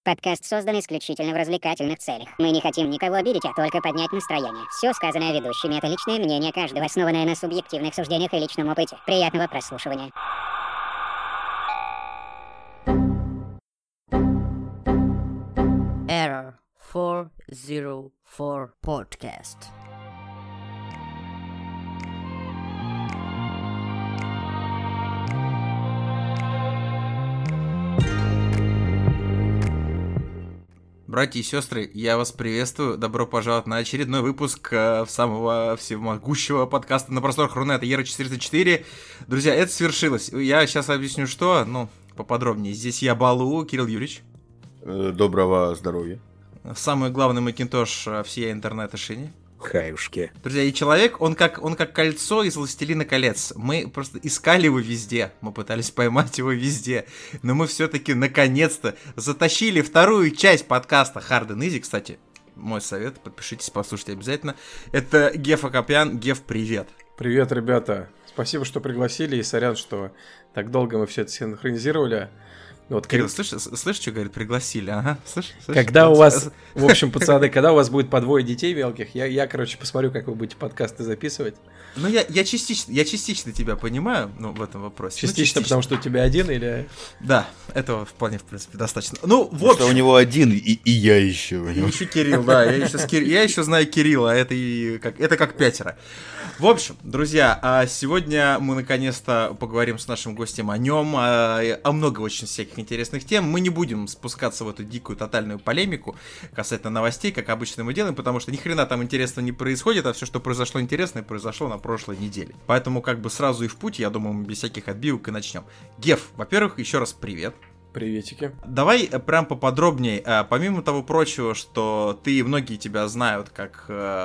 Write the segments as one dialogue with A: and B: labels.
A: Подкаст создан исключительно в развлекательных целях. Мы не хотим никого обидеть, а только поднять настроение. Все сказанное ведущими — это личное мнение каждого, основанное на субъективных суждениях и личном опыте. Приятного прослушивания.
B: Error 404 Podcast.
C: Братья и сестры, я вас приветствую. Добро пожаловать на очередной выпуск самого всемогущего подкаста на просторах Рунета ERA-404. Друзья, это свершилось. Я сейчас объясню, что, поподробнее. Здесь я, Балу, Кирилл Юрьевич.
D: Доброго здоровья.
C: Самый главный макинтош всей интернет-шини.
D: Хаюшки.
C: Друзья, и человек, он как кольцо из «Властелина колец». Мы просто искали его везде, мы пытались поймать его везде, но мы все-таки наконец-то затащили вторую часть подкаста Hard and Easy. Кстати, мой совет, подпишитесь, послушайте обязательно. Это Геф Акопян. Геф, привет.
E: Привет, ребята. Спасибо, что пригласили, и сорян, что так долго мы все это синхронизировали. Вот,
C: Кирилл, слышишь, что говорит, пригласили? Ага, слышишь?
E: Когда у вас, в общем, пацаны, когда у вас будет по двое детей мелких, я, короче, посмотрю, как вы будете подкасты записывать.
C: Ну, я частично тебя понимаю, в этом вопросе.
E: Частично, потому что у тебя один или...
C: Да, этого вполне, в принципе, достаточно. Ну, в общем...
D: Что у него один, и я еще.
C: И еще Кирилл, да, я еще знаю Кирилла, это как пятеро. В общем, друзья, сегодня мы наконец-то поговорим с нашим гостем о нем, о много очень всяких интересных тем. Мы не будем спускаться в эту дикую тотальную полемику касательно новостей, как обычно мы делаем, потому что ни хрена там интересного не происходит, а все, что произошло интересное, произошло на прошлой неделе. Поэтому сразу и в путь, я думаю, мы без всяких отбивок и начнем. Геф, во-первых, еще раз привет.
E: Приветики.
C: Давай прям поподробней, помимо того прочего, что многие тебя знают как,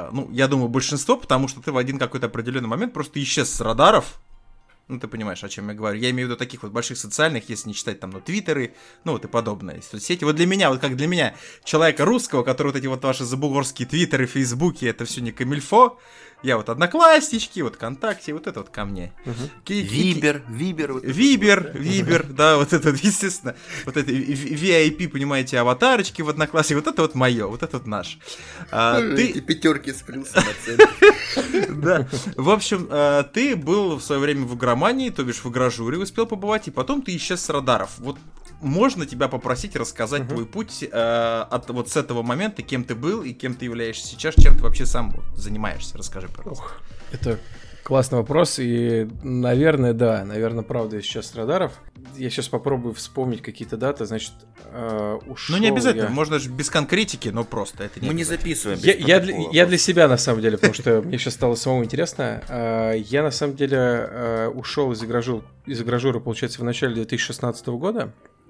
C: я думаю, большинство, потому что ты в один какой-то определенный момент просто исчез с радаров. Ты понимаешь, о чем я говорю. Я имею в виду таких больших социальных, если не считать твиттеры, и подобное. Соцсети. Для меня, как для меня, человека русского, который эти ваши забугорские твиттеры, фейсбуки, это все не камильфо. Я Однокласснички, ВКонтакте, это ко мне.
D: Вибер.
C: Вибер, да, естественно. Это VIP, понимаете, аватарочки в Одноклассниках, это мое, это наш.
D: Эти пятерки с плюсом оценки.
C: Да. В общем, ты был в свое время в игромании, то бишь в игражуре успел побывать, и потом ты исчез с радаров. Можно тебя попросить рассказать твой путь от с этого момента, кем ты был и кем ты являешься сейчас, чем ты вообще сам занимаешься? Расскажи, пожалуйста.
E: Это классный вопрос, и, наверное, правда, я сейчас с радаров. Я сейчас попробую вспомнить какие-то даты, значит, ушел.
C: Не обязательно, можно же без конкретики, но просто это не.
D: Мы не записываем.
E: Я для себя, на самом деле, потому что мне сейчас стало самому интересно. Я, на самом деле, ушел из игражура, получается, в начале 2016 года.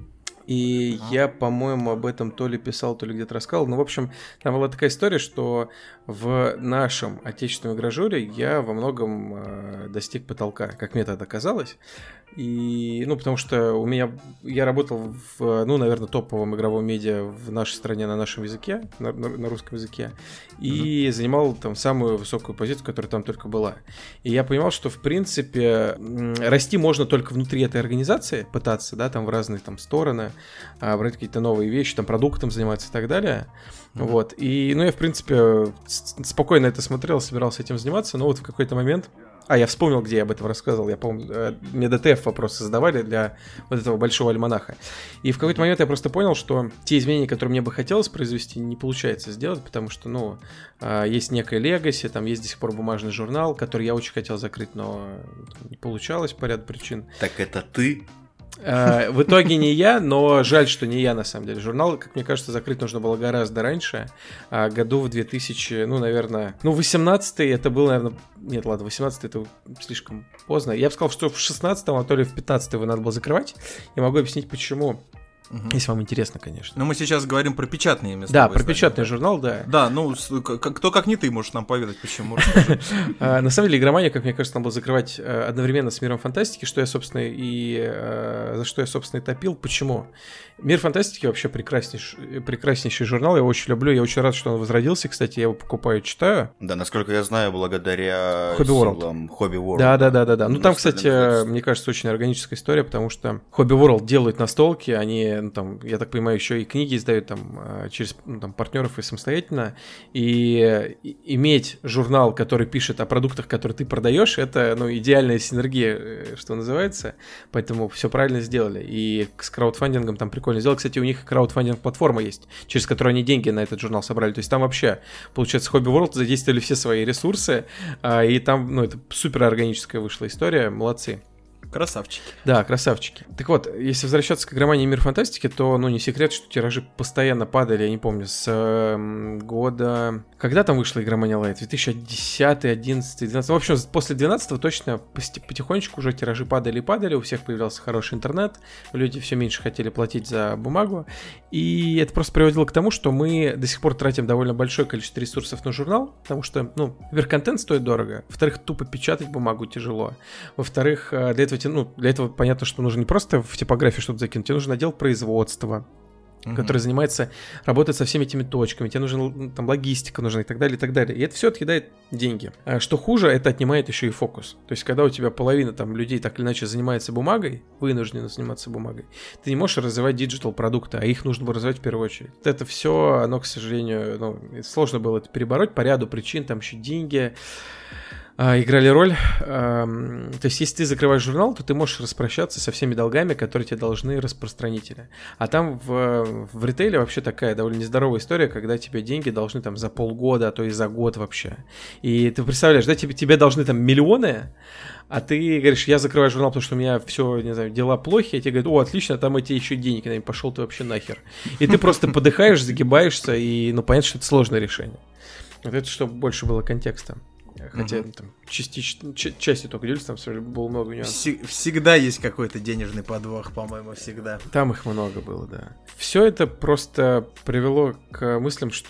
E: И я, по-моему, об этом то ли писал, то ли где-то рассказывал. В общем, там была такая история, что в нашем отечественном игражуре я во многом достиг потолка, как мне тогда казалось. И, потому что я работал в, наверное, топовом игровом медиа в нашей стране на нашем языке, на русском языке, и занимал там самую высокую позицию, которая там только была. И я понимал, что, в принципе, расти можно только внутри этой организации, пытаться, да, там в разные стороны, брать какие-то новые вещи, там продуктом заниматься и так далее. И, я, в принципе, спокойно это смотрел, собирался этим заниматься, но в какой-то момент... я вспомнил, где я об этом рассказывал. Я помню, мне ДТФ вопросы задавали для этого большого альманаха. И в какой-то момент я просто понял, что те изменения, которые мне бы хотелось произвести, не получается сделать, потому что, есть некая легаси, там есть до сих пор бумажный журнал, который я очень хотел закрыть, но не получалось по ряду причин.
D: Так это ты?
E: В итоге не я, но жаль, что не я, на самом деле. Журнал, как мне кажется, закрыть нужно было гораздо раньше. Году в 2000, наверное... 18-й это был, наверное... Нет, ладно, 18-й это слишком поздно. Я бы сказал, что в 16-м, а то ли в 15-м его надо было закрывать. Я могу объяснить, почему. Если вам интересно, конечно.
C: Но мы сейчас говорим про печатные места.
E: Да, про печатный журнал, да.
C: Да, кто как не ты можешь нам поведать, почему.
E: На самом деле, игромания, как мне кажется, надо было закрывать одновременно с Миром Фантастики, за что я, собственно, и топил. Почему? Мир Фантастики вообще прекраснейший журнал, я его очень люблю, я очень рад, что он возродился, кстати, я его покупаю, читаю.
D: Да, насколько я знаю, благодаря
E: Hobby
D: силам Hobby World.
E: Да. Там, кстати, мне кажется, очень органическая история, потому что Hobby World делают настолки, они ну, там, я так понимаю, еще и книги издают там через там, партнеров и самостоятельно. И иметь журнал, который пишет о продуктах, которые ты продаешь, это, ну, идеальная синергия, что называется. Поэтому все правильно сделали. И с краудфандингом там прикольно сделали. Кстати, у них краудфандинг-платформа есть, через которую они деньги на этот журнал собрали. То есть там вообще, получается, Hobby World задействовали все свои ресурсы, и там, ну, это супер органическая вышла история. Молодцы.
C: Красавчики.
E: Да, красавчики. Так вот, если возвращаться к игромании и мир фантастики, то, ну, не секрет, что тиражи постоянно падали, я не помню, с года... Когда там вышла игромания Лайт? 2010, 11, 12... В общем, после 12 точно потихонечку уже тиражи падали и падали, у всех появлялся хороший интернет, люди все меньше хотели платить за бумагу, и это просто приводило к тому, что мы до сих пор тратим довольно большое количество ресурсов на журнал, потому что, ну, во-первых, контент стоит дорого, во-вторых, тупо печатать бумагу тяжело, во-вторых, для этого понятно, что нужно не просто в типографию что-то закинуть, тебе нужен отдел производства, который занимается, работает со всеми этими точками, тебе нужна там логистика нужна и так далее, и так далее. И это все отъедает деньги. А что хуже, это отнимает еще и фокус. То есть, когда у тебя половина там людей так или иначе занимается бумагой, вынуждены заниматься бумагой, ты не можешь развивать диджитал-продукты, а их нужно было развивать в первую очередь. Это все, оно, к сожалению, ну, сложно было это перебороть по ряду причин, там еще деньги играли роль. То есть, если ты закрываешь журнал, то ты можешь распрощаться со всеми долгами, которые тебе должны распространители. А там в ритейле вообще такая довольно нездоровая история, когда тебе деньги должны там за полгода, а то и за год вообще. И ты представляешь, да, тебе должны там миллионы, а ты говоришь, я закрываю журнал, потому что у меня все, не знаю, дела плохи, а тебе говорят, о, отлично, там эти еще деньги, пошел ты вообще нахер. И ты просто подыхаешь, загибаешься, и, ну, понятно, что это сложное решение. Вот это чтобы больше было контекста. Хотя там частью только делюсь, там было много нюансов.
C: Всегда есть какой-то денежный подвох, по-моему, всегда.
E: Там их много было, да. Все это просто привело к мыслям, что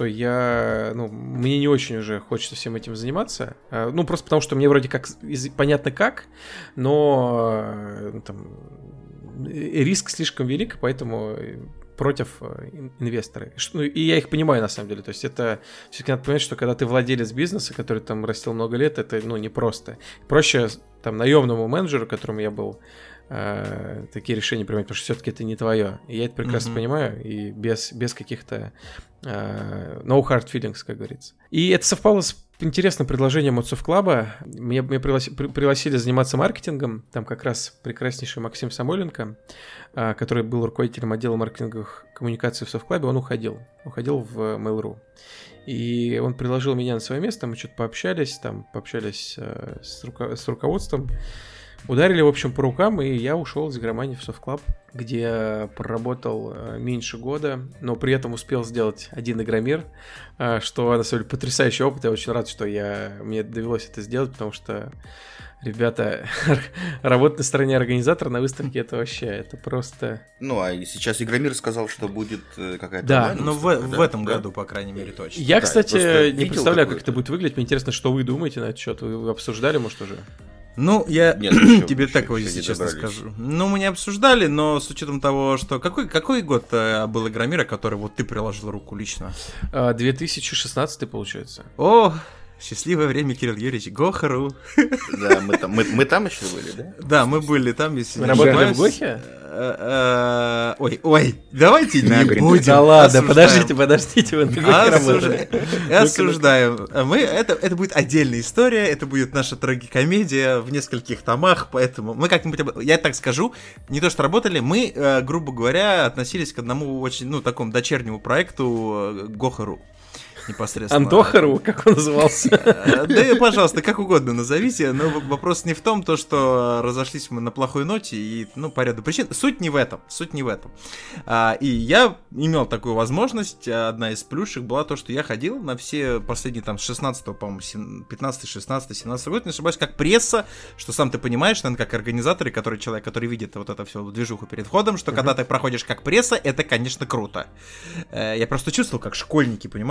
E: мне не очень уже хочется всем этим заниматься. Ну, просто потому, что мне вроде как понятно как, но там риск слишком велик, поэтому против инвесторы. И я их понимаю, на самом деле. То есть это все-таки надо понимать, что когда ты владелец бизнеса, который там растил много лет, это, ну, непросто. Проще там наемному менеджеру, которому я был, такие решения принимать, потому что все-таки это не твое. И я это прекрасно понимаю, и без каких-то no hard feelings, как говорится. И это совпало с интересным предложением от Софтклаба. Меня пригласили заниматься маркетингом. Там как раз прекраснейший Максим Самойленко, который был руководителем отдела маркетинговых коммуникаций в Софтклабе, он уходил в Mail.ru. И он предложил меня на свое место, мы что-то пообщались с руководством, ударили, в общем, по рукам, и я ушел из игромании в Софтклаб, где проработал меньше года, но при этом успел сделать один игромир, что, на самом деле, потрясающий опыт. Я очень рад, что мне довелось это сделать, потому что, ребята, работать на стороне организатора на выставке, это вообще, это просто...
D: Ну, а сейчас Игромир сказал, что будет какая-то...
E: Да,
C: но в этом году, по крайней мере, точно.
E: Я, кстати, не представляю, как это будет выглядеть. Мне интересно, что вы думаете на этот счет. Вы обсуждали, может, уже?
C: Ну, я тебе так вот, если честно скажу. Ну, мы не обсуждали, но с учетом того, что... Какой год был Игромира, который вот ты приложил руку лично?
E: 2016, получается.
C: О, счастливое время, Кирилл Юрьевич. Гохару.
D: Да, мы там еще были, да?
C: Да, мы были там, если
E: не ошибаюсь. Мы работали в Гохе?
C: Ой, давайте не будем.
E: Да ладно, подождите, вы на Гохе работали.
C: Осуждаем. Это будет отдельная история, это будет наша трагикомедия в нескольких томах, поэтому мы как-нибудь, я так скажу, не то что работали, мы, грубо говоря, относились к одному очень, ну, такому дочернему проекту Гохару. Непосредственно.
E: Антохару, как он назывался?
C: Да, пожалуйста, как угодно назовите, но вопрос не в том, что разошлись мы на плохой ноте, и, ну, по ряду причин. Суть не в этом. И я имел такую возможность, одна из плюшек была то, что я ходил на все последние, там, с 16-го, по-моему, 15, 16, 17 год, не ошибаюсь, как пресса, что сам ты понимаешь, наверное, как организатор, человек, который видит вот это все движуху перед входом, что когда ты проходишь как пресса, это, конечно, круто. Я просто чувствовал, как школьники, понимаете, вот с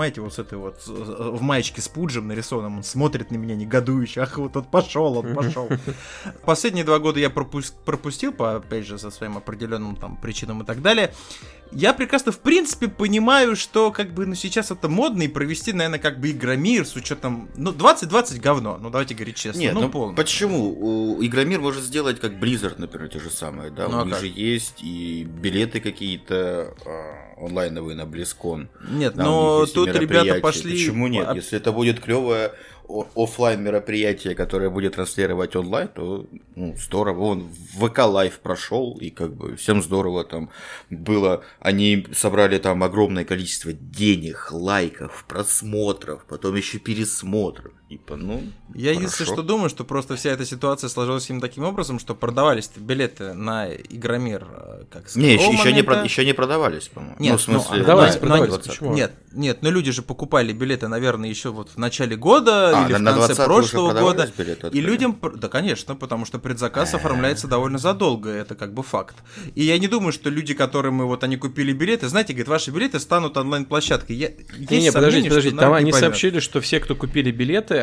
C: этой вот в маечке с Пуджем нарисованным, он смотрит на меня негодующе, ах, вот он пошел. Последние 2 года я пропустил, опять же, со своим определенным там причинам и так далее. Я прекрасно, в принципе, понимаю, что как бы, ну, сейчас это модно, и провести, наверное, как бы Игромир с учетом, ну, 2020 говно, ну, давайте говорить честно.
D: Нет, ну,
C: полно.
D: Почему? Игромир может сделать как Blizzard, например, те же самые, да,
C: ну,
D: у них же есть и билеты какие-то онлайновые на BlizzCon.
C: Нет,
D: да,
C: но тут ребята пошли...
D: Почему нет? Если это будет клевое офлайн мероприятие, которое будет транслировать онлайн, то здорово. Он ВК Лайв прошел, и как бы всем здорово там было. Они собрали там огромное количество денег, лайков, просмотров, потом еще пересмотров. Типа,
C: я единственное, что думаю, что просто вся эта ситуация сложилась им таким образом, что продавались билеты на Игромир как с
D: еще не продавались, по-моему.
C: Нет,
D: в смысле,
E: продавались. Почему?
C: Нет, но люди же покупали билеты, наверное, еще вот в начале года или в конце прошлого года. И людям, да, конечно, потому что предзаказ оформляется довольно задолго, это как бы факт. И я не думаю, что люди, которым они купили билеты, знаете, говорят, ваши билеты станут онлайн-площадкой.
E: Подождите, там они сообщили, что все, кто купили билеты,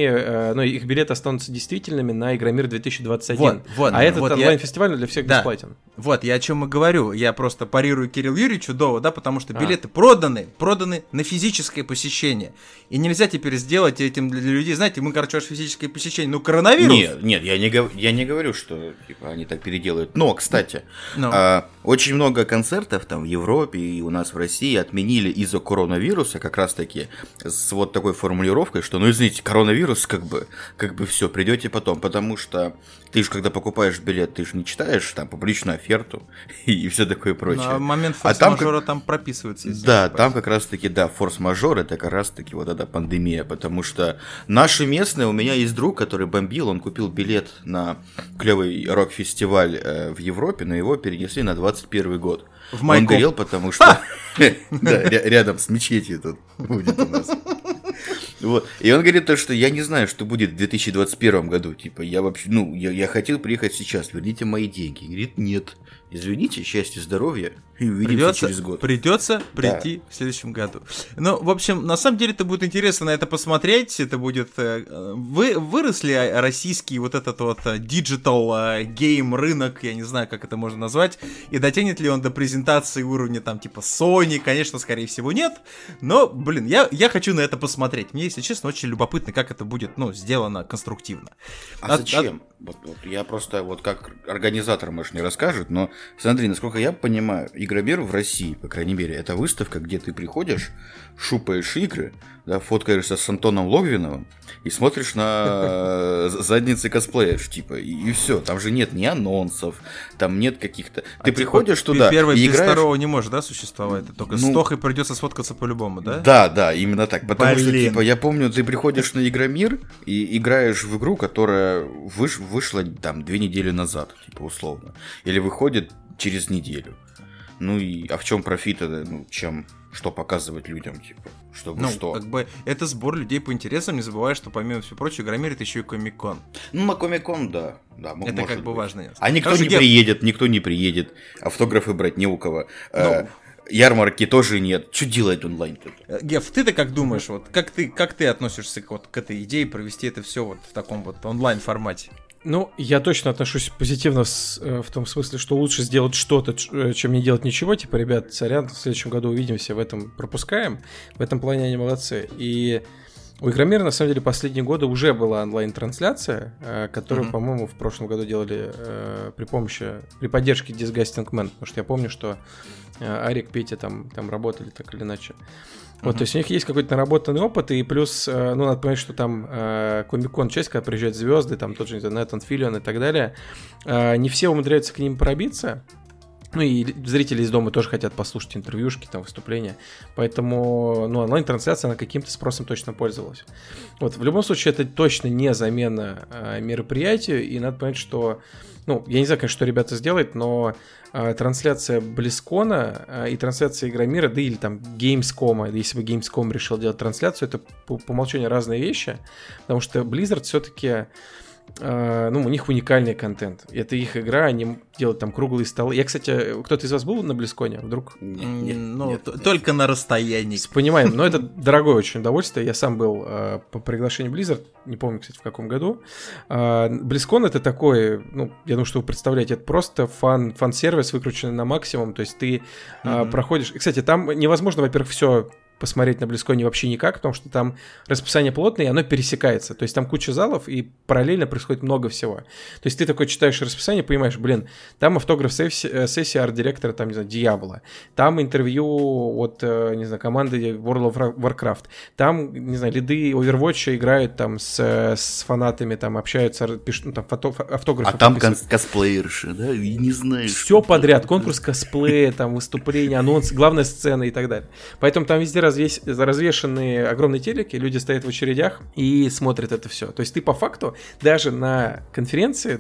E: их билеты останутся действительными на Игромир 2021. Этот онлайн-фестиваль для всех бесплатен.
C: Вот, я о чем и говорю. Я просто парирую Кириллу Юрьевичу Дову, да, потому что билеты проданы на физическое посещение. И нельзя теперь сделать этим для людей, знаете, мы, ваше физическое посещение, коронавирус.
D: Нет, я не говорю, что типа, они так переделают. Но, кстати, очень много концертов там в Европе и у нас в России отменили из-за коронавируса, как раз таки с вот такой формулировкой, что, извините, коронавирус, как бы все, придете потом, потому что ты же, когда покупаешь билет, ты же не читаешь там публичную оферту и все такое прочее.
C: А момент форс-мажора там прописывается.
D: Да, там как раз-таки, форс-мажор, это как раз-таки вот эта пандемия, потому что наши местные, у меня есть друг, который бомбил, он купил билет на клевый рок-фестиваль в Европе, но его перенесли на 21 год. Он горел, потому что рядом с мечетью тут будет у нас. Вот. И он говорит то, что я не знаю, что будет в 2021 году. Типа, я вообще, я хотел приехать сейчас, верните мои деньги. И говорит, нет, извините, счастья, здоровья, и увидимся через год.
C: Придется прийти в следующем году. В общем, на самом деле, это будет интересно на это посмотреть. Это будет... Выросли российский вот этот вот digital гейм рынок, я не знаю, как это можно назвать, и дотянет ли он до презентации уровня там типа Sony, конечно, скорее всего, нет. Но, я хочу на это посмотреть. Мне, если честно, очень любопытно, как это будет, сделано конструктивно.
D: Зачем? Я просто, как организатор, может, не расскажет, но смотри, насколько я понимаю, Игромир в России, по крайней мере, это выставка, где ты приходишь, шупаешь игры, да, фоткаешься с Антоном Логвиновым и смотришь на задницы косплееров, типа, и все. Там же нет ни анонсов, там нет каких-то... Ты приходишь туда
C: первый
D: и
C: без
D: играешь...
C: второго не может, да, существовать? Только с Тохой придется сфоткаться по-любому, да?
D: Да, именно так. Потому что, типа, я помню, ты приходишь на Игромир и играешь в игру, которая вышла там 2 недели назад, типа, условно. Или выходит через неделю. А в чем профит это, что показывать людям, типа, чтобы что?
C: Как бы это сбор людей по интересам, не забывай, что помимо всего прочего, Игромир это еще и Комик-кон.
D: На Комик-кон, да.
C: Это как бы важно.
D: А никто не приедет, автографы брать не у кого. Ярмарки тоже нет. Что делает онлайн-то?
C: Геф, ты-то как думаешь, как ты относишься к этой идее провести это все в таком онлайн-формате?
E: Я точно отношусь позитивно в том смысле, что лучше сделать что-то, чем не делать ничего. Типа, ребят, сорян, в следующем году увидимся, в этом пропускаем. В этом плане они молодцы. И у Игромира, на самом деле, последние годы уже была онлайн-трансляция, которую, по-моему, в прошлом году делали при поддержке Disgusting Man. Потому что я помню, что Арик, Петя там работали так или иначе. То есть у них есть какой-то наработанный опыт, и плюс, надо понимать, что там Комик-кон часть, когда приезжают звезды, там тот же Нэтан Филлион и так далее, не все умудряются к ним пробиться, и зрители из дома тоже хотят послушать интервьюшки, там, выступления, поэтому, онлайн-трансляция, она каким-то спросом точно пользовалась. В любом случае, это точно не замена мероприятию, и надо понять, что, я не знаю, конечно, что ребята сделают, но трансляция BlizzCon и трансляция Игромира, да или там Gamescom, если бы Gamescom решил делать трансляцию, это по умолчанию разные вещи, потому что Blizzard все-таки ну, у них уникальный контент. Это их игра, они делают там круглые столы. Я, кстати, кто-то из вас был на BlizzCon'е вдруг?
C: Нет. Только на расстоянии.
E: Понимаем, но это дорогое очень удовольствие. Я сам был по приглашению Blizzard, не помню, кстати, в каком году. BlizzCon это такой, ну, я думаю, что вы представляете, это просто фан-сервис, выкрученный на максимум. То есть ты проходишь... И, кстати, там невозможно, во-первых, все посмотреть на BlizzCon'е вообще никак, потому что там расписание плотное, и оно пересекается. То есть там куча залов, и параллельно происходит много всего. То есть ты такой читаешь расписание, понимаешь, блин, там автограф-сессия арт-директора, там, не знаю, Диабло, там интервью от, не знаю, команды World of Warcraft, там, не знаю, лиды Overwatch играют там с фанатами, там общаются, пишут, ну, там автографы.
D: А там косплеерши, да, и не знаешь.
E: Все подряд, конкурс косплея, там выступления, анонс, главная сцена и так далее. Поэтому там везде развешенные огромные телеки, люди стоят в очередях и смотрят это все. То есть ты по факту даже на конференции,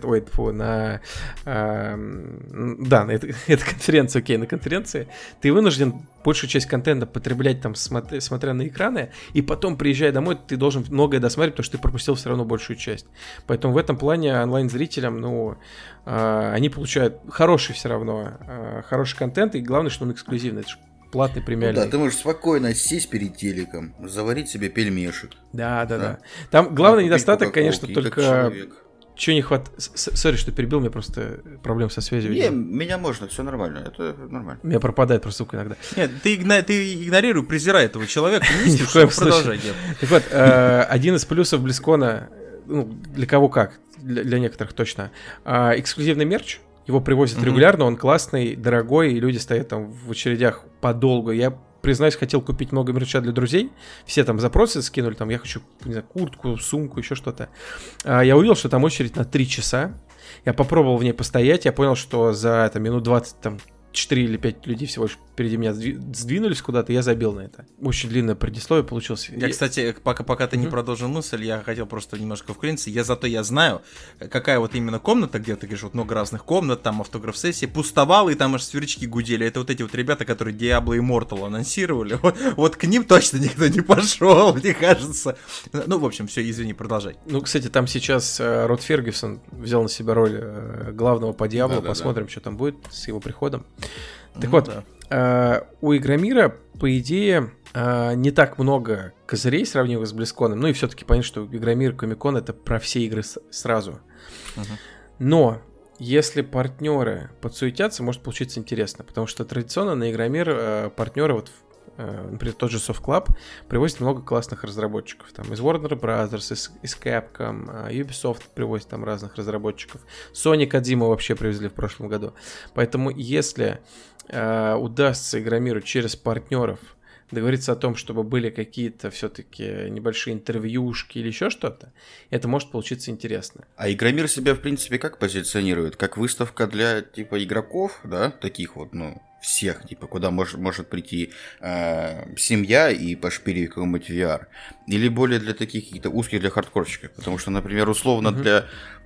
E: это конференция, окей, на конференции, ты вынужден большую часть контента потреблять там, смотря на экраны, и потом, приезжая домой, ты должен многое досмотреть, потому что ты пропустил все равно большую часть. Поэтому в этом плане онлайн-зрителям, ну, они получают хороший все равно, хороший контент, и главное, что он эксклюзивный. Это же платный, премиальный.
D: Ну да, ты можешь спокойно сесть перед телеком, заварить себе пельмешек.
E: Да. Там главный недостаток, конечно, только...
D: Человек.
E: Чего не хватает? Сори, что перебил, у меня просто проблем со связью.
D: Не, меня можно, все нормально, это нормально.
E: У меня пропадает просто звук иногда.
C: Нет, ты игнорируй, презирай этого человека,
E: Ни в коем
C: продолжай.
E: Так вот, один из плюсов BlizzCon'а, ну, для кого как, для некоторых точно, эксклюзивный мерч. Его привозят регулярно, он классный, дорогой, и люди стоят там в очередях подолгу. Я, признаюсь, хотел купить много мерча для друзей. Все там запросы скинули, там, я хочу, не знаю, куртку, сумку, еще что-то. Я увидел, что там очередь на 3 часа. Я попробовал в ней постоять, я понял, что за там, минут 20, там, 4 или 5 людей всего лишь впереди меня сдвинулись куда-то, я забил на это. Очень длинное предисловие получилось.
C: Я, кстати, пока ты не продолжил мысль, я хотел просто немножко вклиниться. Я знаю, какая вот именно комната, где ты говоришь, вот много разных комнат, там автограф-сессии, пустовала, и там аж сверчки гудели. Это вот эти вот ребята, которые Diablo Immortal анонсировали. Вот к ним точно никто не пошел, мне кажется. Ну, в общем, все, извини, продолжай.
E: Ну, кстати, там сейчас Род Фергюсон взял на себя роль главного по Diablo. Посмотрим, что там будет с его приходом. Так вот, у Игромира, по идее, не так много козырей, сравнивая с BlizzCon'ом. Ну и все-таки понятно, что Игромир, Комик-кон — это про все игры сразу. Но если партнеры подсуетятся, может получиться интересно. Потому что традиционно на Игромир партнеры, вот, например, тот же Soft Club, привозит много классных разработчиков. Там из Warner Brothers, из Capcom, Ubisoft привозит там разных разработчиков. Sony Kojima вообще привезли в прошлом году. Поэтому если удастся Игромиру через партнеров договориться о том, чтобы были какие-то все-таки небольшие интервьюшки или еще что-то, это может получиться интересно.
D: А Игромир себя, в принципе, как позиционирует? Как выставка для, типа, игроков, да? Таких вот, ну, всех, типа, куда может прийти семья и пошпилить какой-нибудь VR. Или более для таких каких-то узких, для хардкорщиков. Потому что, например, условно для,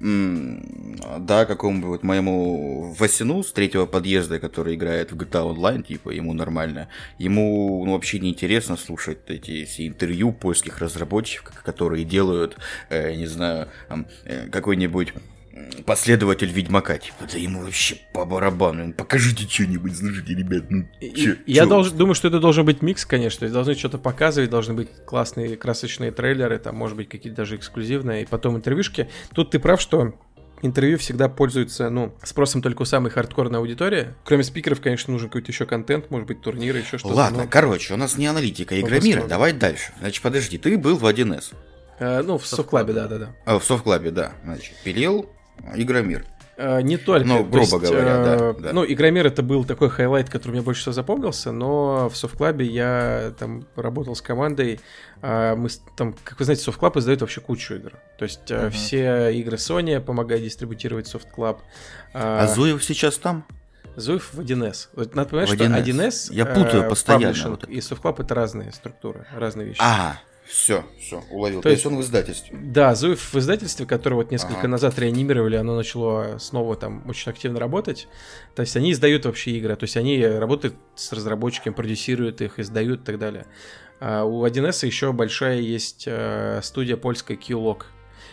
D: да, какому-нибудь моему Васину с 3-го подъезда, который играет в GTA Online, типа, ему нормально. Ему, ну, вообще неинтересно слушать эти все интервью польских разработчиков, которые делают, не знаю, какой-нибудь последователь Ведьмака, типа, да ему вообще по барабану. Покажите что-нибудь, слушайте, ребят, ну
E: я думаю, что это должен быть микс, конечно. Должны что-то показывать, должны быть классные красочные трейлеры, там, может быть, какие-то даже эксклюзивные, и потом интервьюшки. Тут ты прав, что интервью всегда пользуются, ну, спросом только у самой хардкорной аудитории. Кроме спикеров, конечно, нужен какой-то еще контент, может быть, турниры, еще что-то.
D: Ладно, короче, у нас не аналитика Игромира, давай дальше. Значит, подожди, ты был в 1С.
E: Ну, в Софтклабе, да.
D: В Софтклабе, да. Значит, пилил Игромир.
E: Не только.
D: Ну, грубо говоря, да.
E: Ну, Игромир — это был такой хайлайт, который мне больше всего запомнился, но в Софтклабе я там работал с командой. Мы там, как вы знаете, Софтклаб издает вообще кучу игр. То есть все игры Sony помогают дистрибутировать Софтклаб.
D: А Зуев сейчас там?
E: Зуев в 1С. Вот надо понимать,
D: в
E: что 1С
D: я путаю постоянно.
E: И Софтклаб — это разные структуры, разные вещи.
D: Все, уловил. То есть он в издательстве.
E: Да, Зуев в издательстве, которое вот несколько назад реанимировали, оно начало снова там очень активно работать. То есть они издают вообще игры, то есть они работают с разработчиками, продюсируют их, издают и так далее. А у 1С еще большая есть студия польская Q-Log,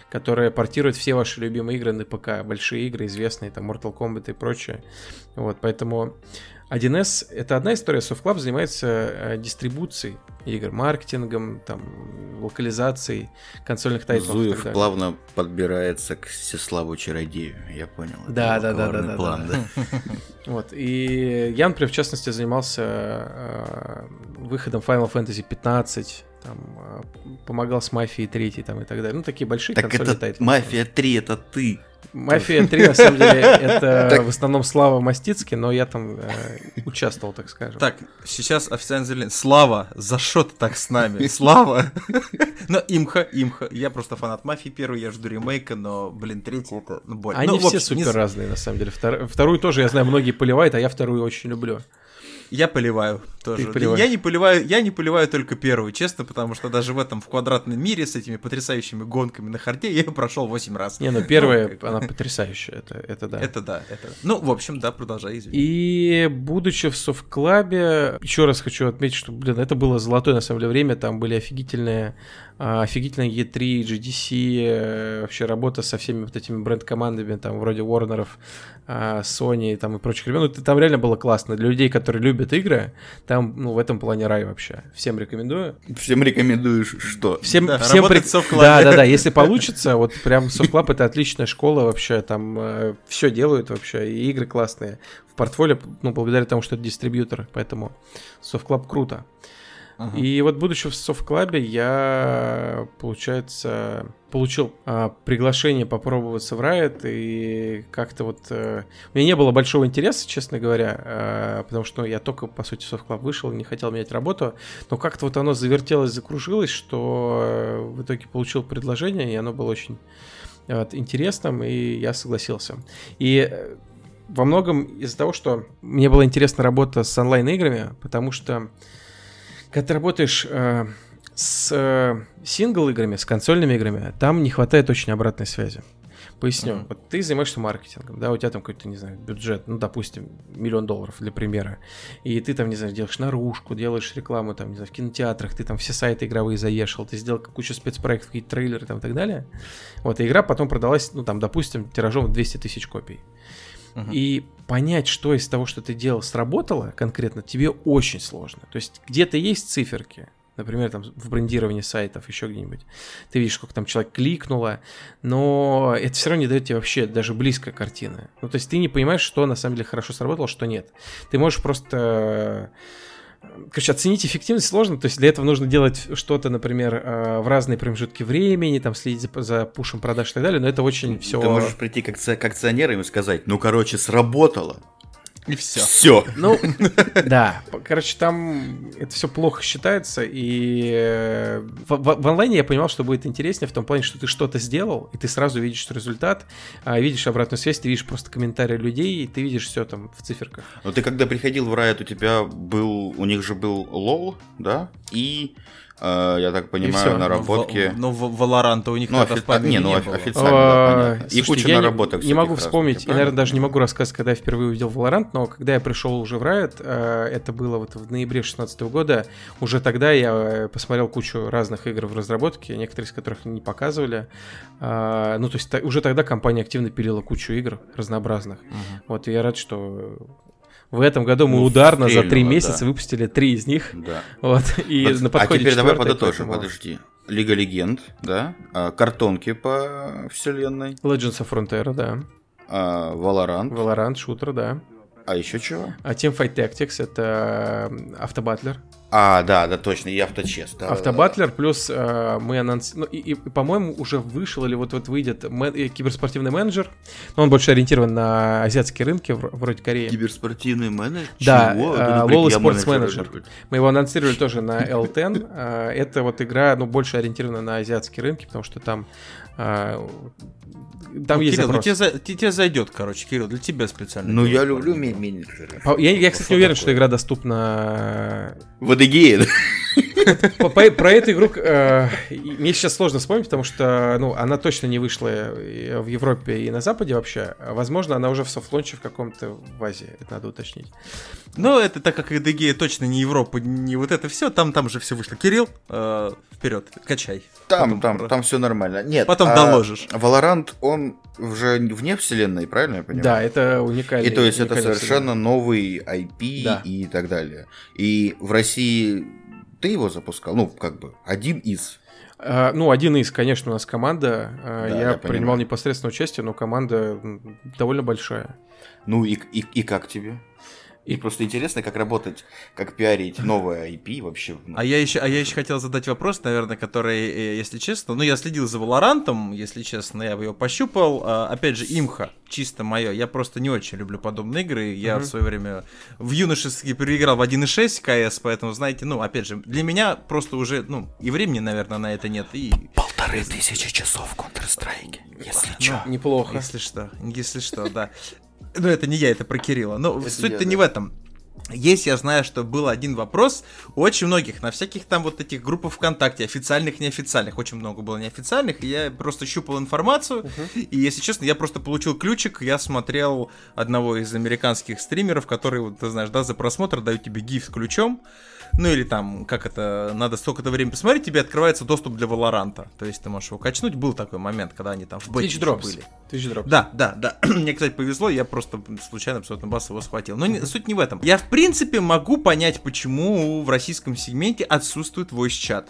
E: которая портирует все ваши любимые игры на ПК, большие игры, известные, там, Mortal Kombat и прочее. Вот, поэтому 1С — это одна история, Soft Club занимается дистрибуцией игр, маркетингом, там, локализацией консольных тайтлов.
D: Зуев плавно подбирается к Всеславу Чародею, я понял.
E: Да.
D: План, да.
E: Вот, и я, например, в частности, занимался выходом Final Fantasy 15, там, помогал с Мафией 3 там, и так далее. Ну, такие большие консольные тайтлы.
D: Так Мафия 3 это ты.
E: Мафия 3, на самом деле, это в основном Слава Мастицкий, но я там участвовал, так скажем.
C: Так, сейчас официально заявление. Слава, за что ты так с нами? Слава! Ну, имха. Я просто фанат Мафии первый, я жду ремейка, но, блин, третий это больно.
E: Они все супер разные, на самом деле. Вторую тоже, я знаю, многие поливают, а я вторую очень люблю.
C: Я поливаю тоже. Я не поливаю только первую, честно, потому что даже в этом в квадратном мире с этими потрясающими гонками на харде я прошел 8 раз.
E: Не, ну первая, она потрясающая, это да.
C: Это да. Ну, в общем, да, продолжай, извини.
E: И будучи в софт-клабе, еще раз хочу отметить, что, блин, это было золотое, на самом деле, время, там были офигительные E3, GDC, вообще работа со всеми вот этими бренд-командами, там, вроде Warner'ов, Sony там, и прочих ребят. Ну, там реально было классно. Для людей, которые любят игры, там, ну, в этом плане рай вообще. Всем рекомендую.
D: Всем рекомендуешь что?
E: Всем
C: работать в софт-клабе.
E: Да, если получится, вот прям софт-клаб — это отличная школа вообще, там все делают вообще, и игры классные. В портфолио, ну, благодаря тому, что это дистрибьютор, поэтому софт-клаб круто. И вот, будучи в софт-клабе, я, получается, получил приглашение попробоваться в Riot, и как-то вот... у меня не было большого интереса, честно говоря, потому что я только, по сути, в софт-клаб вышел, не хотел менять работу, но как-то вот оно завертелось, закружилось, что в итоге получил предложение, и оно было очень интересным, и я согласился. И во многом из-за того, что мне была интересна работа с онлайн-играми, потому что когда ты работаешь с сингл-играми, с консольными играми, там не хватает очень обратной связи. Поясню. Вот ты занимаешься маркетингом, да, у тебя там какой-то, не знаю, бюджет, ну, допустим, $1 миллион для примера, и ты там, не знаю, делаешь наружку, делаешь рекламу, там, не знаю, в кинотеатрах, ты там все сайты игровые заешал, ты сделал кучу спецпроектов, какие-то трейлеры там и так далее. Вот, и игра потом продалась, ну, там, допустим, тиражом 200 тысяч копий. И понять, что из того, что ты делал, сработало конкретно, тебе очень сложно. То есть где-то есть циферки, например, там в брендировании сайтов, еще где-нибудь. Ты видишь, сколько там человек кликнуло, но это все равно не дает тебе вообще даже близко картины. Ну, то есть ты не понимаешь, что на самом деле хорошо сработало, что нет. Ты можешь просто... Короче, оценить эффективность сложно, то есть для этого нужно делать что-то, например, в разные промежутки времени, там, следить за пушем продаж и так далее, но это очень все...
D: Ты можешь прийти к акционерам и сказать, ну, короче, сработало.
C: И все.
D: Все.
E: Ну, да. Короче, там это все плохо считается, и в онлайне я понимал, что будет интереснее в том плане, что ты что-то сделал, и ты сразу видишь результат, видишь обратную связь, ты видишь просто комментарии людей, и ты видишь все там в циферках.
D: Но ты когда приходил в Riot, у них же был LoL, да, и... я так понимаю, наработки...
C: Ну, Valorant у них тогда в памяти не было.
D: Официально, да, понятно. И
E: слушайте,
D: куча наработок.
E: Не могу вспомнить, и, наверное, даже не могу рассказать, когда я впервые увидел Valorant, но когда я пришел уже в Riot, это было вот в ноябре 2016 года, уже тогда я посмотрел кучу разных игр в разработке, некоторые из которых не показывали. Ну, то есть уже тогда компания активно пилила кучу игр разнообразных. Вот, и я рад, что... В этом году мы ударно за 3 месяца выпустили 3 из них.
D: Да.
E: Вот, и на подходе
D: теперь давай
E: 4-й,
D: подытожим,
E: поэтому...
D: подожди. Лига Легенд, да? Картонки по вселенной.
E: Legends of Frontera, да.
D: Valorant.
E: Valorant, шутер, да.
D: А еще чего?
E: Teamfight Tactics — это автобатлер.
D: Да, точно, и авточест. Да,
E: автобатлер, плюс мы анонсировали... Ну, и, по-моему, уже вышел или вот выйдет киберспортивный менеджер, но он больше ориентирован на азиатские рынки, вроде Кореи.
D: Киберспортивный менеджер?
E: Да, LoL Sports Manager. Мы его анонсировали тоже на L10. Это вот игра, ну, больше ориентирована на азиатские рынки, потому что там есть
C: Кирилл,
E: запрос.
C: тебе зайдет, короче, Кирилл, для тебя специально.
D: Ну, я люблю менеджеры.
E: Я, кстати, не уверен, что игра доступна...
D: В Адыгее, да?
E: Про эту игру мне сейчас сложно вспомнить, потому что она точно не вышла в Европе и на Западе вообще. Возможно, она уже в софт-лонче в каком-то в Азии, это надо уточнить.
C: Ну, это так как EDG точно не Европа, не вот это все, там же все вышло. Кирилл, вперед, качай.
D: Там все нормально. Нет,
C: потом доложишь.
D: Valorant, он уже вне вселенной, правильно я понимаю?
E: Да, это уникальный.
D: И то есть это совершенно новый IP, да, и так далее. И в России ты его запускал? Ну, как бы, один из.
E: Один из, конечно, у нас команда. Я принимал непосредственно участие, но команда довольно большая.
D: Ну и как тебе? И просто интересно, как работать, как пиарить новое IP вообще.
C: А я еще хотел задать вопрос, наверное, который, если честно, я следил за Валорантом, если честно, я его пощупал. Опять же, имха, чисто мое. Я просто не очень люблю подобные игры. Я в свое время в юношестве переиграл в 1.6 КС, поэтому, знаете, опять же, для меня просто уже, и времени, наверное, на это нет. И
D: 1500 часов в Counter-Strike, если что.
E: Неплохо.
C: Если что, да. Ну, это не я, это про Кирилла. Но суть-то не в этом. Есть, я знаю, что был один вопрос у очень многих, на всяких там вот этих группах ВКонтакте, официальных, неофициальных, очень много было неофициальных, и я просто щупал информацию, и, если честно, я просто получил ключик, я смотрел одного из американских стримеров, который, вот, ты знаешь, да, за просмотр дают тебе гиф с ключом, или там, как это, надо столько-то времени посмотреть, тебе открывается доступ для Валоранта. То есть ты можешь его качнуть. Был такой момент, когда они там в бете были.
E: Twitch Drops.
C: Да. Мне, кстати, повезло, я просто случайно абсолютно бас его схватил. Но суть не в этом. Я, в принципе, могу понять, почему в российском сегменте отсутствует voice-чат.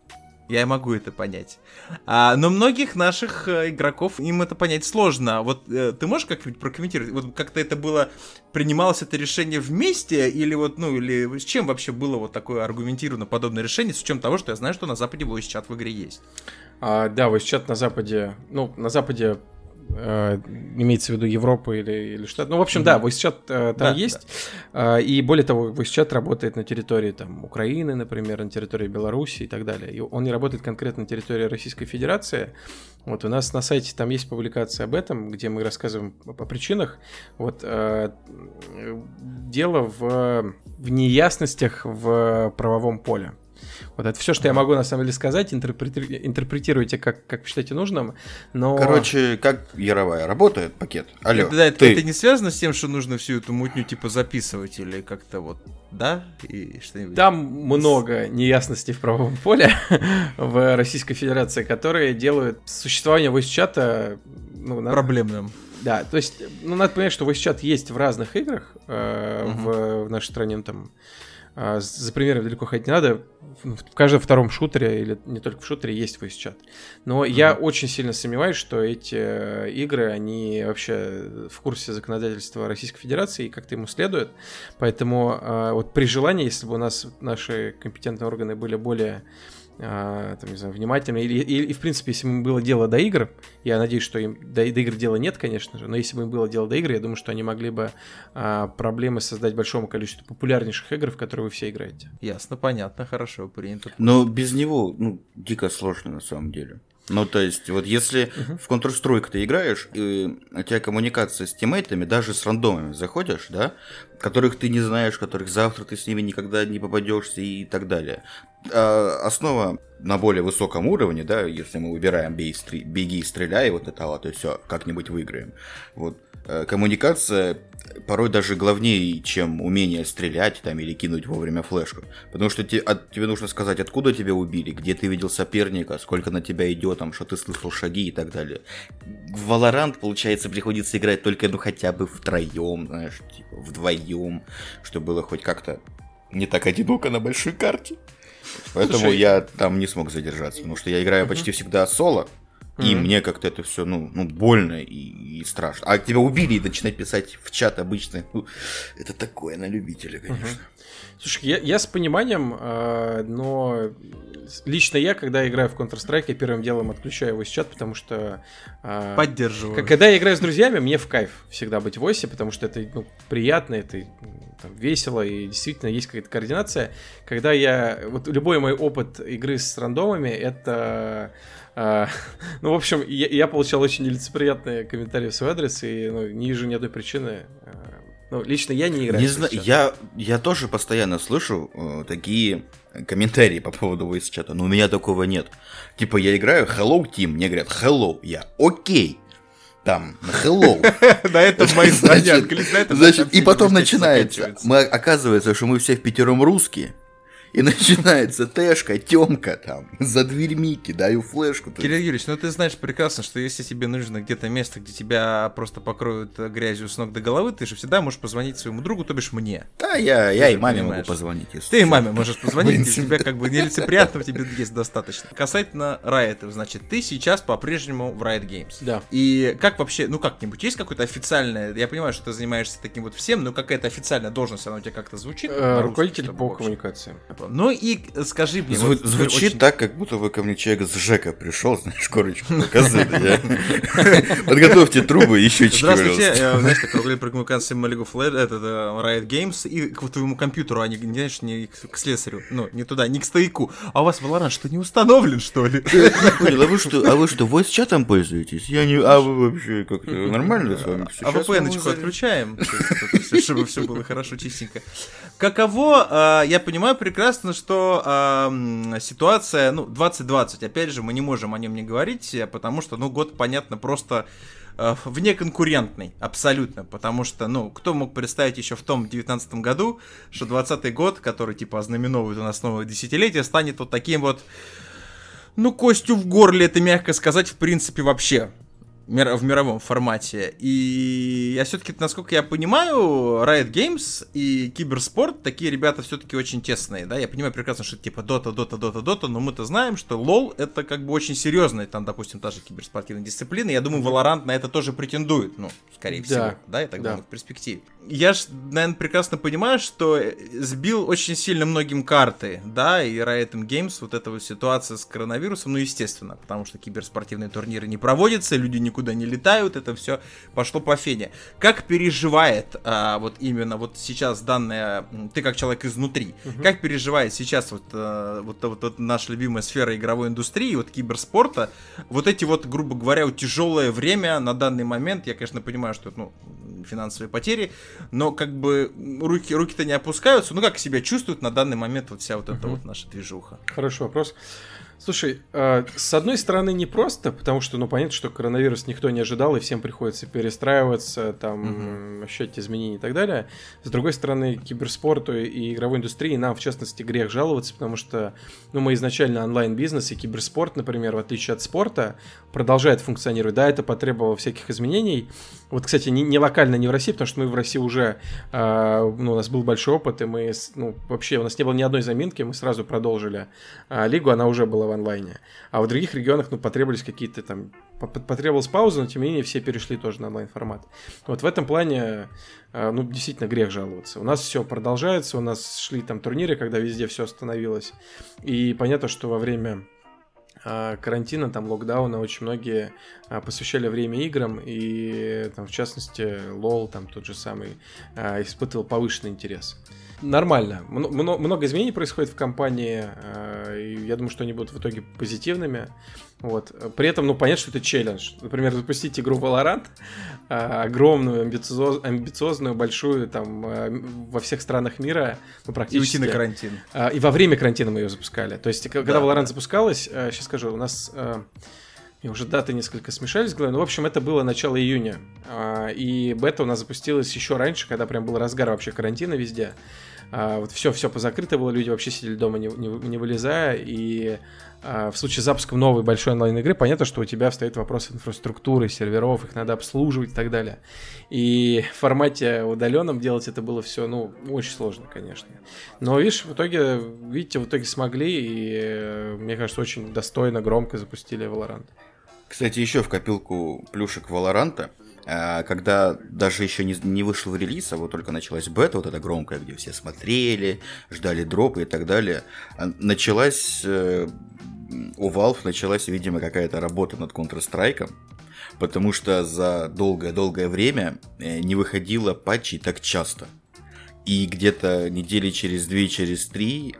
C: Я могу это понять. Но многих наших игроков им это понять сложно. Вот ты можешь как-нибудь прокомментировать? Вот как-то это было, принималось это решение вместе? Или вот, или с чем вообще было вот такое аргументированно подобное решение? С учетом того, что я знаю, что на Западе voice-чат в игре есть.
E: Да, voice-чат на Западе, на Западе имеется в виду Европа или что-то. В общем, да, voice-чат там есть. Да. И более того, voice-чат работает на территории там, Украины, например, на территории Беларуси и так далее. И он не работает конкретно на территории Российской Федерации. Вот у нас на сайте там есть публикация об этом, где мы рассказываем о причинах. Вот дело в неясностях в правовом поле. Вот это все, что я могу на самом деле сказать, интерпретируйте как считаете нужным, но...
D: Короче, как Яровая работает пакет? Алло,
C: это не связано с тем, что нужно всю эту мутню типа записывать или как-то вот, да? И что-нибудь?
E: Там много неясностей в правовом поле в Российской Федерации, которые делают существование voice-чата
C: проблемным.
E: Да, то есть, надо понять, что voice-чат есть в разных играх в нашей стране, там... За примером далеко ходить не надо. В каждом втором шутере, или не только в шутере, есть voice-чат. Но я очень сильно сомневаюсь, что эти игры, они вообще в курсе законодательства Российской Федерации и как-то ему следуют. Поэтому вот при желании, если бы у нас наши компетентные органы были более... там, не знаю, внимательно. И, в принципе, если бы было дело до игр, я надеюсь, что им до игр дела нет, конечно же, но если бы им было дело до игр, я думаю, что они могли бы проблемы создать большому количеству популярнейших игр, в которые вы все играете.
C: Ясно, понятно, хорошо, принято.
D: Но без него, дико сложно на самом деле. То есть, вот если в Counter-Strike ты играешь, и у тебя коммуникация с тиммейтами, даже с рандомами заходишь, да, которых ты не знаешь, которых завтра ты с ними никогда не попадешься и так далее. Основа на более высоком уровне, да, если мы выбираем беги, стреляй, вот это вот, и все, как-нибудь выиграем. Вот. Коммуникация порой даже главнее, чем умение стрелять там, или кинуть вовремя флешку. Потому что тебе нужно сказать, откуда тебя убили, где ты видел соперника, сколько на тебя идет, там, что ты слышал шаги и так далее. В Valorant, получается, приходится играть только хотя бы втроем, знаешь, типа вдвоем, чтобы было хоть как-то не так одиноко на большой карте. Поэтому я там не смог задержаться, потому что я играю почти всегда соло. И мне как-то это все, больно и страшно. А тебя убили и начинать писать в чат обычно. Это такое на любителя, конечно.
E: Слушай, я с пониманием, но лично я, когда играю в Counter-Strike, я первым делом отключаю voice-чат, потому что...
C: Поддерживаю.
E: Когда я играю с друзьями, мне в кайф всегда быть в voice, потому что это приятно, это весело, и действительно есть какая-то координация. Когда вот любой мой опыт игры с рандомами, это... в общем, я получал очень нелицеприятные комментарии в свой адрес, и не вижу ни одной причины Ну, лично я не играю.
D: Не знаю, я тоже постоянно слышу такие комментарии по поводу voice чата, но у меня такого нет. Типа, я играю Hello Team, мне говорят Hello, я окей. Там, hello.
C: На этом мои знания откликаются.
D: Значит, и потом начинается. Оказывается, что мы все впятером русские. И начинается Тэшка, Тёмка там, за дверьми кидаю флешку.
C: Кирилл Юрьевич, ну ты знаешь прекрасно, что если тебе нужно где-то место, где тебя просто покроют грязью с ног до головы, ты же всегда можешь позвонить своему другу, то бишь мне.
D: Да, я и маме могу позвонить.
C: Ты и маме можешь позвонить, если тебе как бы нелицеприятно, тебе есть достаточно. Касательно Riot, значит, ты сейчас по-прежнему в Riot Games.
E: Да.
C: И как вообще, ну как-нибудь, есть какое-то официальное, я понимаю, что ты занимаешься таким вот всем, но какая-то официальная должность, она у тебя как-то звучит?
E: Руководитель по коммуникациям.
C: Ну и скажи мне...
D: Звучит очень... так, как будто вы ко мне человек с ЖЭКа пришел, знаешь, корочку показали. Подготовьте трубы, еще чуть-чуть.
C: Здравствуйте, знаешь, так, руководитель по коммуникациям League of Legends, это Riot Games, и к твоему компьютеру, а не, знаешь, не к слесарю, ну, не туда, не к стояку. А у вас Valorant что, не установлен, что ли?
D: Я не понял, а вы что, voice-чатом пользуетесь? А вы вообще как-то нормально с вами все?
C: А VPN-очку отключаем, чтобы все было хорошо, чистенько. Каково, я понимаю прекрасно, что ситуация, 2020, опять же, мы не можем о нем не говорить, потому что, год, понятно, просто внеконкурентный, абсолютно, потому что, кто мог представить еще в том 19-м году, что 20-й год, который, типа, ознаменовывает у нас новое десятилетие, станет вот таким вот, костью в горле, это мягко сказать, в принципе, вообще. В мировом формате. И я все-таки, насколько я понимаю, Riot Games и киберспорт, такие ребята все-таки очень тесные, да, я понимаю прекрасно, что типа Dota, но мы-то знаем, что LoL это как бы очень серьезная, там, допустим, та же киберспортивная дисциплина, я думаю, Valorant на это тоже претендует, скорее всего, да, я так думаю, в перспективе. Я же, наверное, прекрасно понимаю, что сбил очень сильно многим карты, да, и Riot Games, вот эта вот ситуация с коронавирусом, естественно, потому что киберспортивные турниры не проводятся, люди никуда не летают, это все пошло по фене. Как переживает вот именно вот сейчас данная, ты как человек изнутри, как переживает сейчас вот наша любимая сфера игровой индустрии, вот киберспорта, вот эти вот, грубо говоря, вот тяжелое время на данный момент, я, конечно, понимаю, что это, финансовые потери, но как бы руки-то не опускаются, как себя чувствует на данный момент вот вся вот эта вот наша движуха?
E: Хороший вопрос. Слушай, с одной стороны непросто, потому что, понятно, что коронавирус никто не ожидал, и всем приходится перестраиваться, там, ощущать изменения и так далее. С другой стороны, киберспорту и игровой индустрии нам, в частности, грех жаловаться, потому что, мы изначально онлайн-бизнес, и киберспорт, например, в отличие от спорта, продолжает функционировать. Да, это потребовало всяких изменений. Вот, кстати, не локально, не в России, потому что мы в России уже, у нас был большой опыт, и мы, вообще, у нас не было ни одной заминки, мы сразу продолжили лигу, она уже была в онлайне. А в других регионах, потребовались какие-то там, потребовалась пауза, но тем не менее все перешли тоже на онлайн-формат. Вот в этом плане, действительно грех жаловаться. У нас все продолжается, у нас шли там турниры, когда везде все остановилось. И понятно, что во время карантина, там, локдауна, очень многие посвящали время играм, и там, в частности, LoL, там, тот же самый, испытывал повышенный интерес. Нормально. Много изменений происходит в компании, и я думаю, что они будут в итоге позитивными. Вот. При этом, понятно, что это челлендж. Например, запустить игру Valorant, огромную, амбициозную, большую, там, во всех странах мира, практически.
C: И уйти на карантин.
E: И во время карантина мы ее запускали. То есть, когда Valorant запускалась, сейчас скажу, у нас... уже даты несколько смешались в голове. В общем, это было начало июня. И бета у нас запустилась еще раньше, когда прям был разгар вообще карантина везде. Вот все позакрыто было, люди вообще сидели дома, не вылезая. И в случае запуска новой большой онлайн-игры, понятно, что у тебя встает вопрос инфраструктуры, серверов, их надо обслуживать и так далее. И в формате удаленном делать это было все, очень сложно, конечно. Но, видишь, в итоге смогли, и, мне кажется, очень достойно, громко запустили Valorant.
D: Кстати, еще в копилку плюшек Валоранта, когда даже еще не вышел релиз, а вот только началась бета, вот эта громкая, где все смотрели, ждали дропы и так далее, началась у Valve, видимо, какая-то работа над Counter-Strike, потому что за долгое время не выходило патчей так часто. И где-то недели через 2, через 3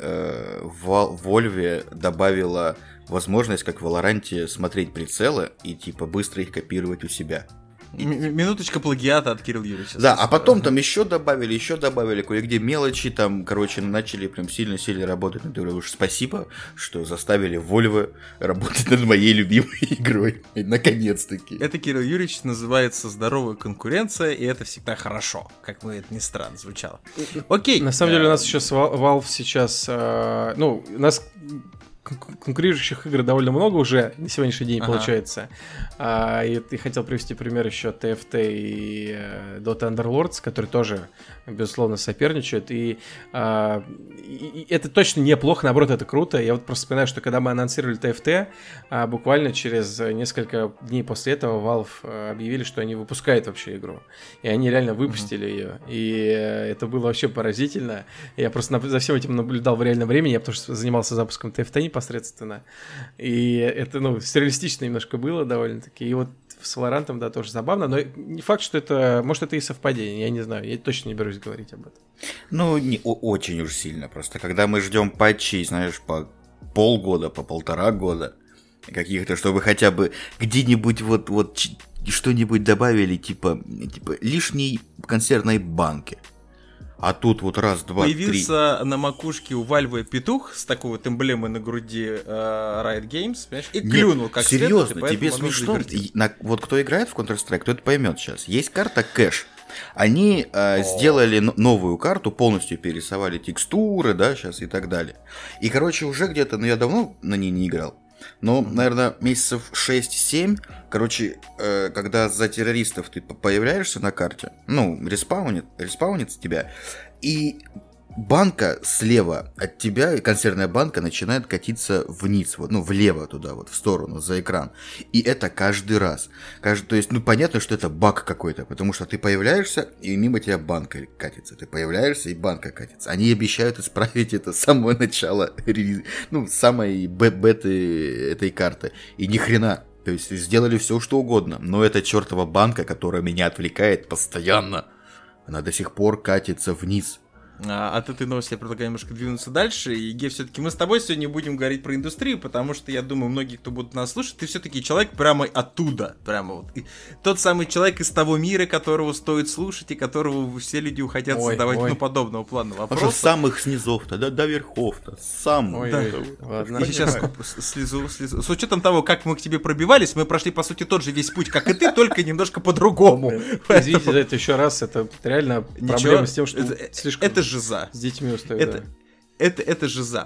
D: Valve добавила возможность, как в Valorant, смотреть прицелы и типа быстро их копировать у себя.
C: Минуточка плагиата от Кирилла Юрьевича.
D: Да, а потом там еще добавили кое-где мелочи, там, короче, начали прям сильно-сильно работать над игрой. Уж спасибо, что заставили Volvo работать над моей любимой игрой. Наконец-таки.
C: Это, Кирилл Юрьевич, называется здоровая конкуренция, и это всегда хорошо, как бы это ни странно звучало. Окей.
E: На самом деле у нас еще Valve сейчас, у нас конкурирующих игр довольно много уже на сегодняшний день получается. И ты хотел привести пример еще TFT и Dota Underlords, которые тоже, безусловно, соперничают. И это точно неплохо, наоборот, это круто. Я вот просто вспоминаю, что когда мы анонсировали TFT, буквально через несколько дней после этого Valve объявили, что они выпускают вообще игру. И они реально выпустили ее. И это было вообще поразительно. Я просто за всем этим наблюдал в реальном времени, потому что занимался запуском TFT непосредственно. И это, сюрреалистично немножко было довольно-таки. И вот с Valorant, да, тоже забавно, но не факт, что это, может, это и совпадение, я не знаю, я точно не берусь говорить об этом.
D: Не очень уж сильно просто. Когда мы ждем патчей, знаешь, по полгода, по 1,5 года каких-то, чтобы хотя бы где-нибудь вот что-нибудь добавили, типа лишней консервной банки. А тут вот раз, два,
C: появился
D: 3.
C: на макушке у Valve петух с такой вот эмблемой на груди Riot Games, понимаешь? И клюнул как
D: серьезно,
C: следует.
D: тебе смешно? Вот кто играет в Counter-Strike, кто это поймет сейчас. Есть карта кэш. Они сделали новую карту, полностью перерисовали текстуры, да, сейчас и так далее. И, короче, уже где-то, я давно на ней не играл. Но, наверное, месяцев 6-7, короче, когда за террористов ты появляешься на карте, респаунится тебя, и банка слева от тебя, консервная банка, начинает катиться вниз, влево туда, в сторону, за экран. И это каждый раз. То есть, понятно, что это баг какой-то, потому что ты появляешься, и мимо тебя банка катится. Ты появляешься, и банка катится. Они обещают исправить это с самого начала, самой беты этой карты. И ни хрена. То есть, сделали все, что угодно. Но эта чертова банка, которая меня отвлекает постоянно, она до сих пор катится вниз.
C: От этой новости я предлагаю немножко двинуться дальше. И, Ге, все-таки мы с тобой сегодня будем говорить про индустрию, потому что, я думаю, многие, кто будут нас слушать, ты все-таки человек прямо оттуда. Прямо вот. И тот самый человек из того мира, которого стоит слушать, и которого все люди хотят задавать подобного плана вопросы.
D: А с самых снизов-то, до верхов-то, сам.
C: Ладно. И сейчас слезу. С учетом того, как мы к тебе пробивались, мы прошли, по сути, тот же весь путь, как и ты, только немножко по-другому.
E: Извините за это еще раз, это реально проблема с тем, что слишком...
C: Это жиза.
E: С детьми устают,
C: Это жиза.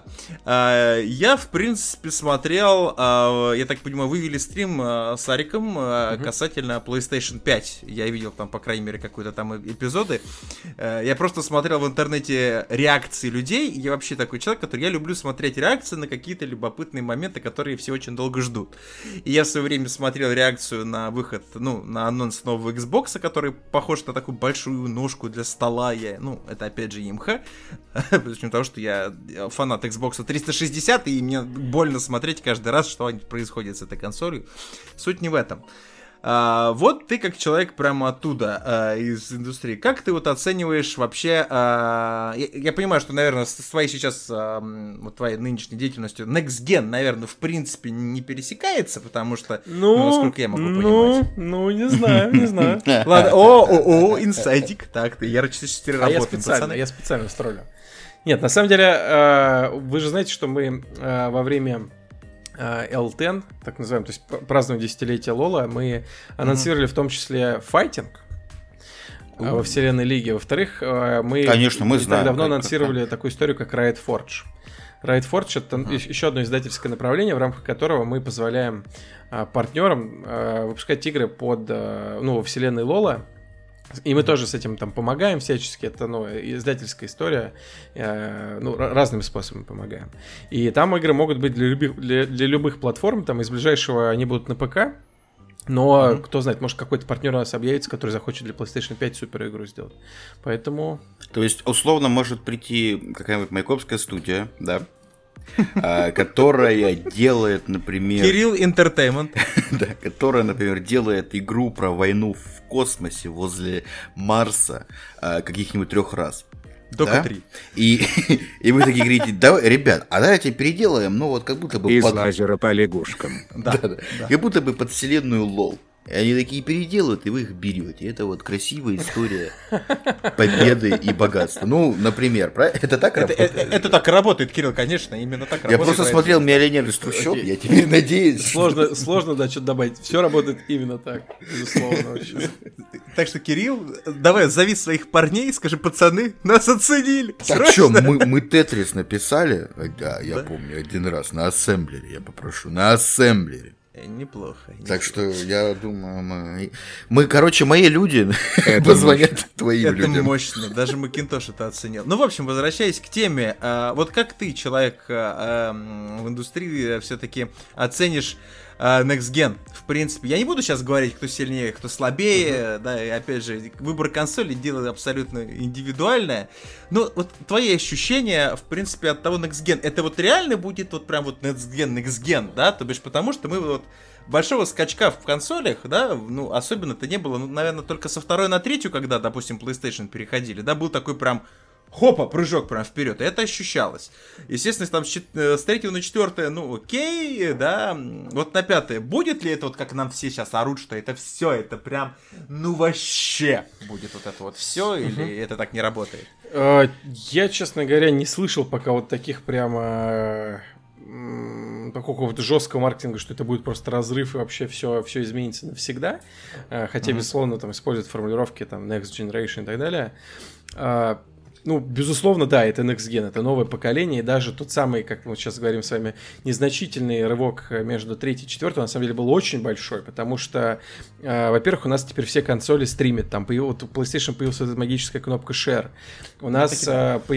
C: Я, в принципе, смотрел, я так понимаю, вывели стрим с Ариком касательно PlayStation 5. Я видел там, по крайней мере, какие-то там эпизоды. Я просто смотрел в интернете реакции людей. Я вообще такой человек, который я люблю смотреть реакции на какие-то любопытные моменты, которые все очень долго ждут. И я в свое время смотрел реакцию на выход, на анонс нового Xbox, который похож на такую большую ножку для стола. Это опять же ЕМХ. Причем того, что я фанат Xbox 360, и мне больно смотреть каждый раз, что происходит с этой консолью. Суть не в этом. Вот ты как человек прямо оттуда, из индустрии. Как ты оцениваешь вообще... Я понимаю, что, наверное, с твоей сейчас, твоей нынешней деятельностью Next Gen, наверное, в принципе не пересекается, потому что, насколько я могу понимать.
E: Не знаю.
C: Ладно, инсайдик. Так, ты ярче работаем, пацаны.
E: Я специально строил. Нет, на самом деле, вы же знаете, что мы во время L10, так называемое, то есть празднование десятилетия Лола, мы анонсировали в том числе файтинг во вселенной Лиги. Во-вторых, мы не так давно анонсировали такую историю, как Riot Forge. Riot Forge — это еще одно издательское направление, в рамках которого мы позволяем партнерам выпускать игры под во вселенной Лола. И мы тоже с этим помогаем всячески. Это издательская история. Разными способами помогаем. И там игры могут быть для любых платформ. Из ближайшего они будут на ПК. Но, кто знает, может, какой-то партнер у нас объявится, который захочет для PlayStation 5 супер игру сделать. Поэтому...
D: То есть, условно, может прийти какая-нибудь майкопская студия, да? Которая делает, например...
C: Кирилл Entertainment.
D: Да, которая, например, делает игру про войну в космосе возле Марса каких-нибудь 3 раз.
C: Только 3.
D: И вы такие говорите: давай, ребят, а давайте переделаем, как будто бы...
B: Из лазера по лягушкам.
D: Да. Как будто бы под вселенную LOL. И они такие переделывают, и вы их берете. Это вот красивая история победы и богатства. Ну, например, это так работает?
C: Это так работает, Кирилл, конечно, именно так работает.
D: Я просто смотрел «Миллионер из трущоб», я теперь надеюсь.
E: Сложно, да, что-то добавить. Все работает именно так, безусловно. Вообще.
C: Так что, Кирилл, давай зови своих парней, скажи, пацаны, нас оценили.
D: Так что, мы Тетрис написали? Да, я помню, один раз на ассемблере, я попрошу, на ассемблере.
C: Неплохо.
D: Так что я думаю, мы, короче, мои люди позвонят твоим людям.
C: Это мощно, даже Макинтош это оценил. Ну, в общем, возвращаясь к теме, вот как ты, человек в индустрии, все-таки оценишь Next Gen, в принципе. Я не буду сейчас говорить, кто сильнее, кто слабее, да, и опять же, выбор консоли дело абсолютно индивидуальное. Но вот твои ощущения, в принципе, от того Next Gen, это вот реально будет вот прям вот Next Gen, да, то бишь потому что мы вот большого скачка в консолях, да, ну, особенно-то не было, ну, наверное, только со второй на третью, когда, допустим, PlayStation переходили, да, был такой прям хопа, прыжок прям вперед, и это ощущалось. Естественно, там с 3 на 4, ну окей, да, вот на 5 будет ли это вот как нам все сейчас орут, что это все, это прям, ну вообще будет вот это вот все, или это так не работает?
E: Я, честно говоря, не слышал пока вот таких прямо какого-то жесткого маркетинга, что это будет просто разрыв и вообще все изменится навсегда. Хотя, безусловно, там используют формулировки там Next Generation и так далее. Ну, безусловно, да, это Next Gen, это новое поколение, и даже тот самый, как мы вот сейчас говорим с вами, незначительный рывок между 3 и 4, на самом деле, был очень большой, потому что, во-первых, у нас теперь все консоли стримят, там у PlayStation появилась эта магическая кнопка Share, у нас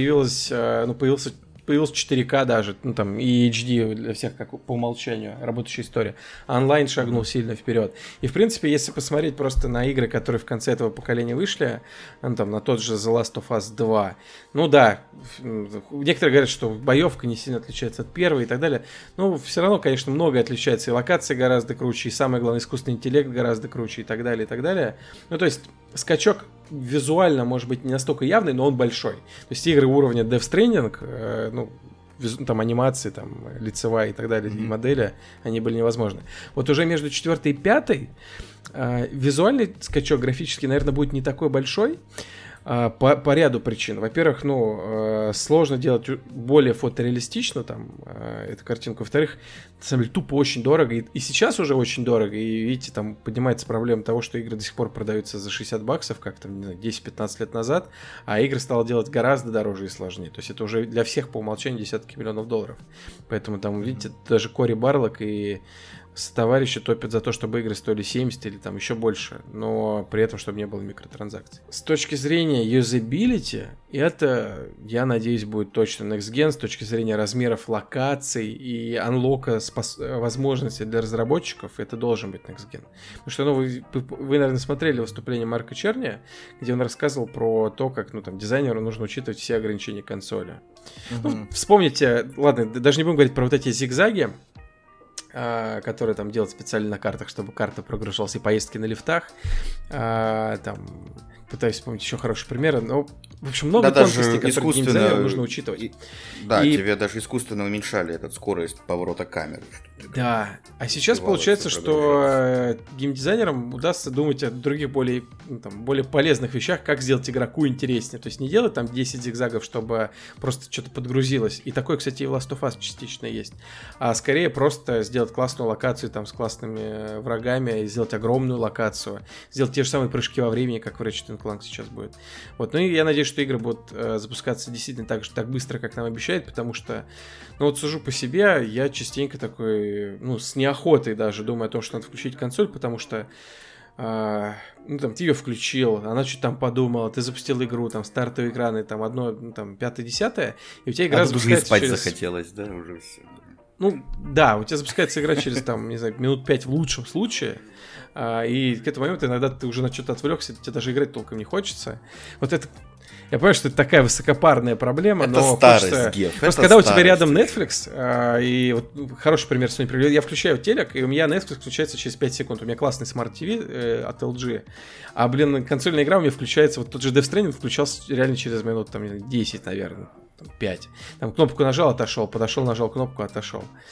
E: появился 4К даже, ну там и HD для всех, как по умолчанию, работающая история. Онлайн шагнул сильно вперед. И в принципе, если посмотреть просто на игры, которые в конце этого поколения вышли, ну, там на тот же The Last of Us 2, ну да, некоторые говорят, что боевка не сильно отличается от первой и так далее, но все равно, конечно, многое отличается, и локации гораздо круче, и самое главное, искусственный интеллект гораздо круче и так далее, и так далее. Ну то есть скачок визуально, может быть, не настолько явный, но он большой. То есть игры уровня Death Stranding, ну, там анимации, там, лицевая и так далее, и модели, они были невозможны. Вот уже между 4 и 5 визуальный скачок графический, наверное, будет не такой большой, по ряду причин. Во-первых, ну, сложно делать более фотореалистично там эту картинку. Во-вторых, на самом деле, тупо очень дорого. И сейчас уже очень дорого. И, видите, там поднимается проблема того, что игры до сих пор продаются за $60, как там, не знаю, 10-15 лет назад, а игры стало делать гораздо дороже и сложнее. То есть это уже для всех по умолчанию десятки миллионов долларов. Поэтому там, видите, даже Кори Барлок и товарищи топят за то, чтобы игры стоили 70 или там еще больше, но при этом, чтобы не было микротранзакций. С точки зрения юзабилити, это, я надеюсь, будет точно Next Gen. С точки зрения размеров локаций и анлока возможностей для разработчиков, это должен быть Next Gen. Потому что, ну, вы, наверное, смотрели выступление Марка Черния, где он рассказывал про то, как, ну, там, дизайнеру нужно учитывать все ограничения консоли. Ну, вспомните, ладно, даже не будем говорить про вот эти зигзаги, которые там делают специально на картах, чтобы карта прогружалась, и поездки на лифтах. Там пытаюсь вспомнить еще хорошие примеры, но, в общем, много тонкостей, которые геймдизайнеру нужно учитывать.
D: Тебе даже искусственно уменьшали скорость поворота камеры.
E: Да, а сейчас получается, что геймдизайнерам удастся думать о других более полезных вещах, как сделать игроку интереснее. То есть не делать там 10 зигзагов, чтобы просто что-то подгрузилось. И такое, кстати, и в Last of Us частично есть. А скорее просто сделать классную локацию там с классными врагами, и сделать огромную локацию. Сделать те же самые прыжки во времени, как в Ratchet & Clank сейчас будет. Вот. Ну и я надеюсь, что игры будут запускаться действительно так быстро, как нам обещают, потому что, ну вот сужу по себе, я частенько такой, ну, с неохотой даже думаю о том, что надо включить консоль, потому что ну, там, ты ее включил, она что-то там подумала, ты запустил игру, там, стартовые экраны, там, одно, ну, там, 5-10, и у тебя игра запускается
D: спать через... захотелось, да, уже все.
E: Ну, да, у тебя запускается игра через, там, не знаю, минут 5 в лучшем случае, и к этому моменту иногда ты уже на что-то отвлекся, тебе даже играть толком не хочется. Вот это... Я понимаю, что это такая высокопарная проблема,
D: это
E: но
D: старость,
E: хочется...
D: Геф.
E: Просто когда у тебя рядом Netflix, и вот хороший пример сегодня привел, я включаю телек, и у меня Netflix включается через 5 секунд. У меня классный Smart TV от LG, а, блин, консольная игра у меня включается, вот тот же Death Stranding включался реально через минут, там, 10, наверное, 5. Там кнопку нажал, отошел, подошел, нажал кнопку, отошел.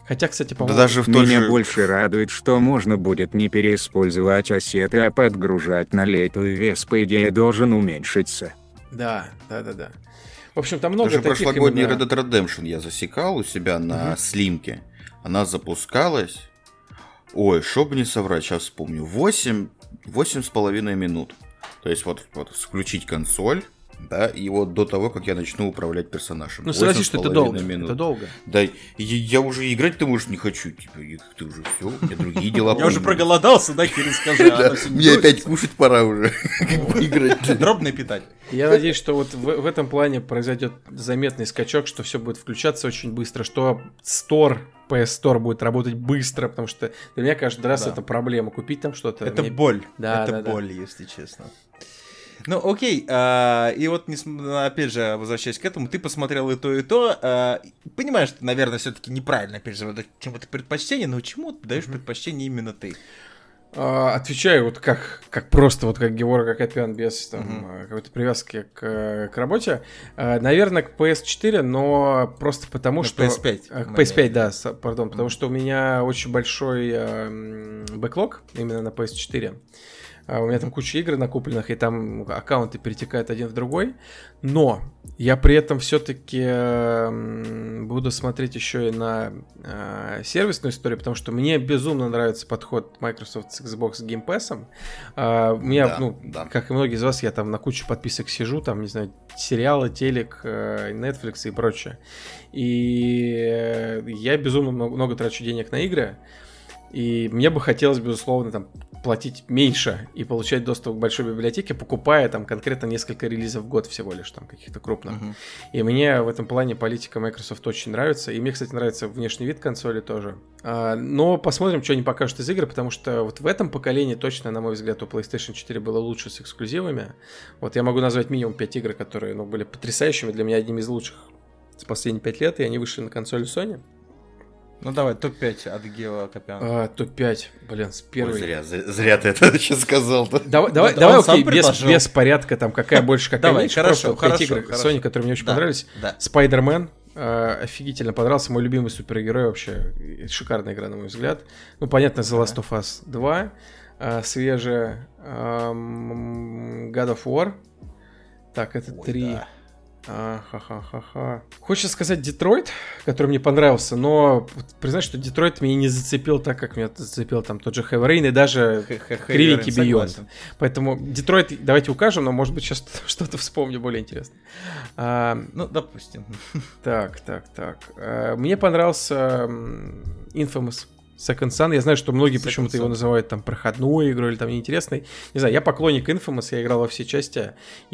E: Хотя, кстати,
D: Да
E: по-моему...
D: даже в тот
B: Меня
D: же...
B: больше радует, что можно будет не переиспользовать ассеты, а подгружать на лету, и вес, по идее, должен уменьшиться.
E: Да. В общем, там много
D: Даже
E: таких
D: прошлогодний
E: именно...
D: Red Dead Redemption я засекал у себя на слимке. Она запускалась. Ой, что бы не соврать, сейчас вспомню. 8,5 минут. То есть вот включить консоль, да, и вот до того, как я начну управлять персонажем.
E: Ну, согласись, что это
D: 8,5
E: долго.
D: минут.
E: Это долго.
D: Да, я уже играть-то, может, не хочу. Типа, ты уже все, у меня другие дела.
C: Я уже проголодался, да, Кирилл, скажи.
D: Да, мне опять кушать пора уже. Как бы играть.
C: Дробное питание.
E: Я надеюсь, что вот в этом плане произойдет заметный скачок, что все будет включаться очень быстро, что PS Store будет работать быстро, потому что для меня каждый раз
C: Да.
E: это проблема. Купить там что-то...
C: Это
E: мне-
C: боль.
E: Да,
C: Это
E: да.
C: боль, если честно. Ну, окей, и вот, опять же, возвращаясь к этому, ты посмотрел и то, понимаешь, что, наверное, все-таки неправильно, опять же, чему-то предпочтение, но чему ты даешь предпочтение именно ты?
E: Отвечаю вот как просто, вот как Геворг Акопян, без там, какой-то привязки к работе. Наверное, к PS4, но просто потому, что...
C: PS5.
E: К PS5, да, пардон, потому что у меня очень большой бэклог именно на PS4. У меня там куча игр накопленных, и там аккаунты перетекают один в другой. Но я при этом все-таки буду смотреть еще и на сервисную историю, потому что мне безумно нравится подход Microsoft с Xbox Game Pass. У меня,
D: Да.
E: как и многие из вас, я там на кучу подписок сижу, там, не знаю, сериалы, телек, Netflix и прочее. И я безумно много трачу денег на игры. И мне бы хотелось, безусловно, там, платить меньше и получать доступ к большой библиотеке, покупая там конкретно несколько релизов в год всего лишь, там, каких-то крупных. И мне в этом плане политика Microsoft очень нравится. И мне, кстати, нравится внешний вид консоли тоже. Но посмотрим, что они покажут из игр, потому что вот в этом поколении точно, на мой взгляд, у PlayStation 4 было лучше с эксклюзивами. Вот я могу назвать минимум 5 игр, которые, были потрясающими, для меня одними из лучших за последние 5 лет, и они вышли на консоли Sony.
C: Ну давай, топ-5 от Гео Копяна.
E: Топ-5, с первой.
D: Ой, зря ты это сейчас сказал-то.
E: Давай,
C: он сам
E: окей,
C: предложил.
E: без порядка, там, какая больше, какая
C: Давай,
E: меньше.
C: хорошо,
E: Просто 5
C: хорошо,
E: игр
C: хорошо.
E: Sony, которые мне очень
C: Да,
E: понравились.
C: да.
E: Spider-Man офигительно понравился, мой любимый супергерой вообще. Шикарная игра, на мой взгляд. Ну, понятно, The Last of Us 2, свежая, God of War. Так, это 3.
C: да.
E: Ха-ха-ха-ха. Хочется сказать Детройт, который мне понравился, но признать, что Детройт меня не зацепил так, как меня зацепил там тот же Heavy Rain и даже кривенький Beyond.
C: Согласен.
E: Поэтому Детройт давайте укажем, но может быть сейчас что-то вспомню более интересное.
C: Ну, допустим.
E: Так. Мне понравился Infamous Second Son. Я знаю, что многие почему-то его называют там проходной игрой или там неинтересной. Не знаю, я поклонник Infamous, я играл во все части,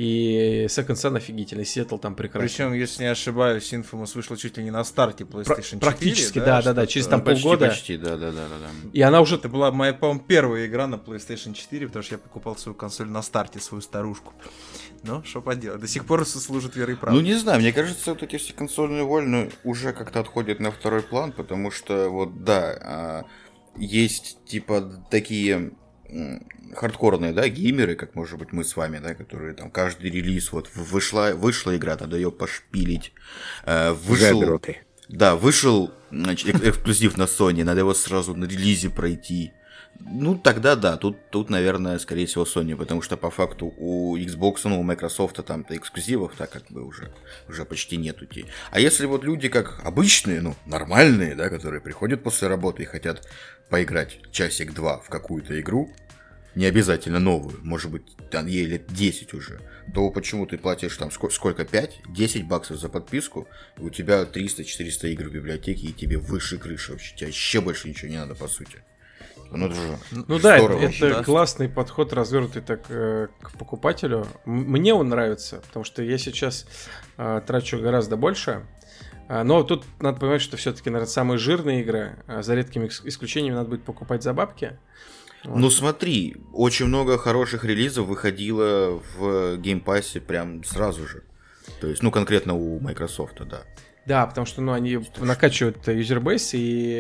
E: и Second Son офигительный, Сиэтл там прекрасный.
C: Причем, если не ошибаюсь, Infamous вышла чуть ли не на старте PlayStation 4.
E: Практически, да, через там полгода.
D: Почти, да.
E: И она уже...
C: Это была моя, по-моему, первая игра на PlayStation 4, потому что я покупал свою консоль на старте, свою старушку. Но что поделать, до сих пор служит верой и правдой.
D: Ну, не знаю, мне кажется, вот эти все консольные войны уже как-то отходят на второй план, потому что, вот, да, есть, типа, такие хардкорные, да, геймеры, как, может быть, мы с вами, да, которые там каждый релиз, вот, вышла игра, надо ее пошпилить.
B: Задроты.
D: Да, вышел, значит, эксклюзив на Sony, надо его сразу на релизе пройти. Ну, тогда да, тут, наверное, скорее всего, Sony, потому что по факту у Xbox, у Microsoft там-то эксклюзивов так как бы уже почти нету. А если вот люди как обычные, нормальные, да, которые приходят после работы и хотят поиграть часик-два в какую-то игру, не обязательно новую, может быть, там ей лет 10 уже, то почему ты платишь там сколько, 5-10 баксов за подписку, и у тебя 300-400 игр в библиотеке, и тебе выше крыши вообще, тебе еще больше ничего не надо, по сути. Ну, это же
E: да,
D: здорово,
E: это
C: да.
E: классный подход, развернутый так к покупателю. Мне он нравится, потому что я сейчас трачу гораздо больше. Но тут надо понимать, что все-таки, наверное, самые жирные игры, за редкими исключениями, надо будет покупать за бабки. Вот.
D: Ну смотри, очень много хороших релизов выходило в геймпассе прям сразу же. То есть, конкретно у Microsoft, да.
E: Да, потому что, они накачивают юзербейс,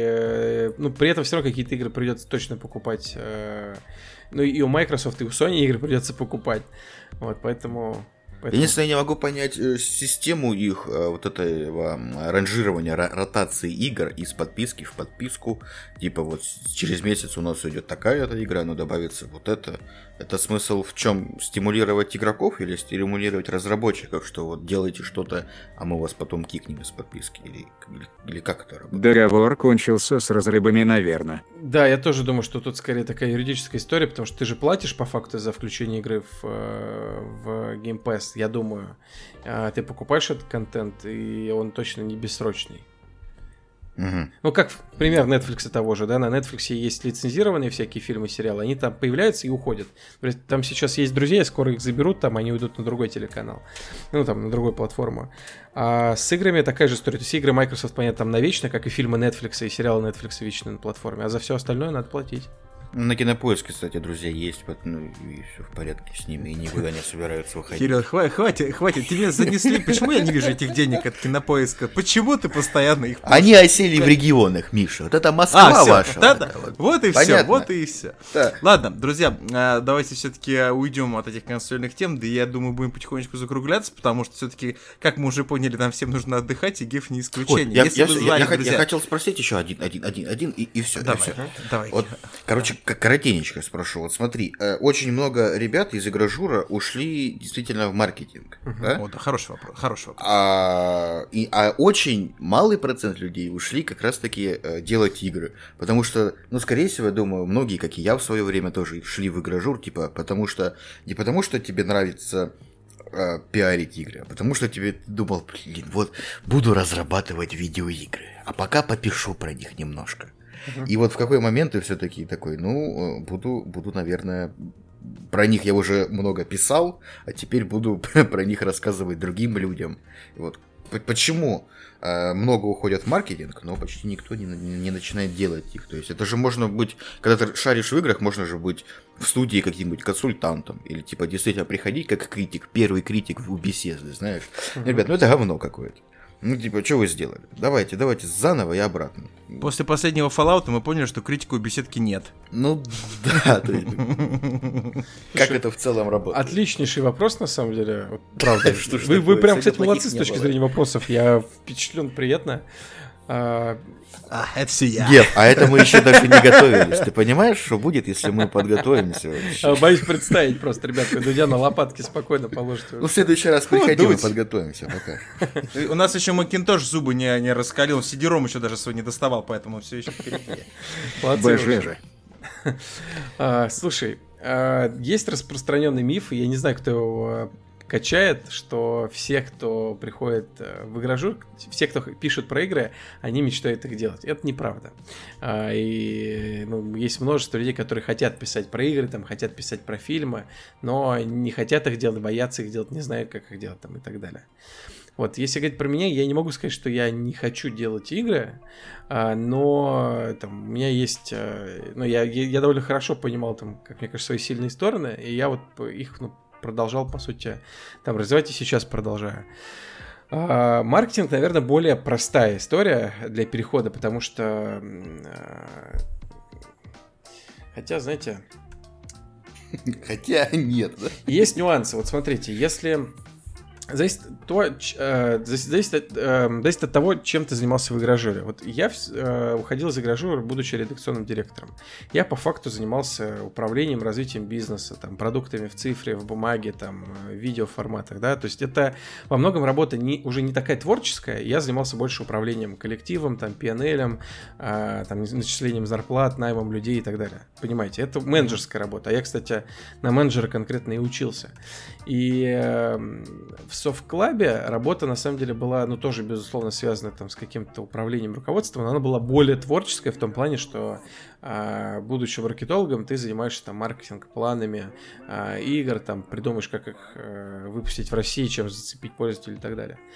E: и при этом все равно какие-то игры придется точно покупать. И у Microsoft, и у Sony игры придется покупать. Вот, поэтому Поэтому...
D: Единственное, я не могу понять систему их вот этого ранжирования, ротации игр из подписки в подписку. Типа вот через месяц у нас идет такая-то игра, но добавится вот это. Это смысл в чем? Стимулировать игроков или стимулировать разработчиков, что вот делайте что-то, а мы вас потом кикнем из подписки? Или как это работает?
B: Договор кончился с разрывами, наверное.
E: Да, я тоже думаю, что тут скорее такая юридическая история, потому что ты же платишь по факту за включение игры в Game Pass, я думаю. Ты покупаешь этот контент, и он точно не бессрочный.
D: Угу.
E: Ну, как пример Netflix того же, да, на Netflix есть лицензированные всякие фильмы, сериалы, они там появляются и уходят. Там сейчас есть друзья, скоро их заберут, там они уйдут на другой телеканал, ну, там, на другую платформу. А с играми такая же история. То есть игры Microsoft, понятно, там навечно, как и фильмы Netflix и сериалы Netflix вечны на платформе, а за все остальное надо платить.
D: На Кинопоиске, кстати, друзья есть, ну, и все в порядке с ними, и никуда не собираются выходить.
C: Кирилл, хватит, тебе занесли. Почему я не вижу этих денег от Кинопоиска? Почему ты постоянно их...
D: Они осели в регионах, Миша. Вот это Москва
C: всё,
D: ваша.
C: да. Вот и все,
D: Понятно.
C: вот и все.
D: Да.
C: Ладно, друзья, давайте все-таки уйдем от этих консольных тем, да я думаю, будем потихонечку закругляться, потому что все-таки, как мы уже поняли, нам всем нужно отдыхать, и GIF не
D: Ой,
C: исключение.
D: я хотел спросить еще один, и все.
C: Давай.
D: Вот, короче, коротенечко спрошу. Вот смотри, очень много ребят из игражура ушли действительно в маркетинг. Да?
C: О, да, хороший вопрос.
D: А очень малый процент людей ушли как раз-таки делать игры. Потому что, ну, скорее всего, я думаю, многие, как и я в свое время, тоже шли в игражур, типа, потому что не потому что тебе нравится пиарить игры, а потому что тебе думал, блин, вот буду разрабатывать видеоигры, а пока попишу про них немножко. И вот в какой момент ты все-таки такой, ну, буду, наверное, про них я уже много писал, а теперь буду про них рассказывать другим людям. И вот почему много уходят в маркетинг, но почти никто не начинает делать их. То есть это же можно быть, когда ты шаришь в играх, можно же быть в студии каким-нибудь консультантом, или типа действительно приходить как критик, первый критик в Bethesda, знаешь. Ребят, ну это говно какое-то. Ну, типа, что вы сделали? Давайте заново и обратно.
C: После последнего Fallout мы поняли, что критику у беседки нет.
D: Ну, да. Как это в целом работает?
E: Отличнейший вопрос, на самом деле. Правда. Вы прям, кстати, молодцы с точки зрения вопросов. Я впечатлен, приятно.
C: Это все я.
D: Геф, а это мы еще даже не готовились. Ты понимаешь, что будет, если мы подготовимся вообще?
E: Боюсь представить просто, ребят, Дудя на лопатки спокойно положите.
D: Ну, в следующий раз приходи, мы подготовимся пока.
C: У нас еще Макинтош зубы не раскалил, он CD-ROM еще даже свой не доставал, поэтому все еще впереди.
B: БЖ же.
E: Слушай, есть распространенный миф, и я не знаю, кто его качает, что все, кто приходит в игражур, все, кто пишут про игры, они мечтают их делать. Это неправда. И есть множество людей, которые хотят писать про игры, там, хотят писать про фильмы, но не хотят их делать, боятся их делать, не знают, как их делать там, и так далее. Вот, если говорить про меня, я не могу сказать, что я не хочу делать игры, но там, у меня есть... я довольно хорошо понимал, там, как мне кажется, свои сильные стороны, и я вот их продолжал, по сути, там развивать и сейчас продолжаю. Маркетинг, наверное, более простая история для перехода, потому что... Хотя, знаете...
D: Хотя нет, да?
E: Есть нюансы. Вот смотрите, если... Зависит от того, чем ты занимался в игражуре. Вот я уходил из игражура, будучи редакционным директором. Я по факту занимался управлением, развитием бизнеса, там, продуктами в цифре, в бумаге, там, в видеоформатах. Да? То есть это во многом работа уже не такая творческая. Я занимался больше управлением коллективом, там, P&L, там, начислением зарплат, наймом людей и так далее. Понимаете, это менеджерская работа. А я, кстати, на менеджера конкретно и учился. И в Софт-клабе работа, на самом деле, была, тоже, безусловно, связана там с каким-то управлением, руководством, но она была более творческая в том плане, что, будучи маркетологом, ты занимаешься там маркетинг-планами игр, там, придумаешь, как их выпустить в России, чем зацепить пользователей и так далее.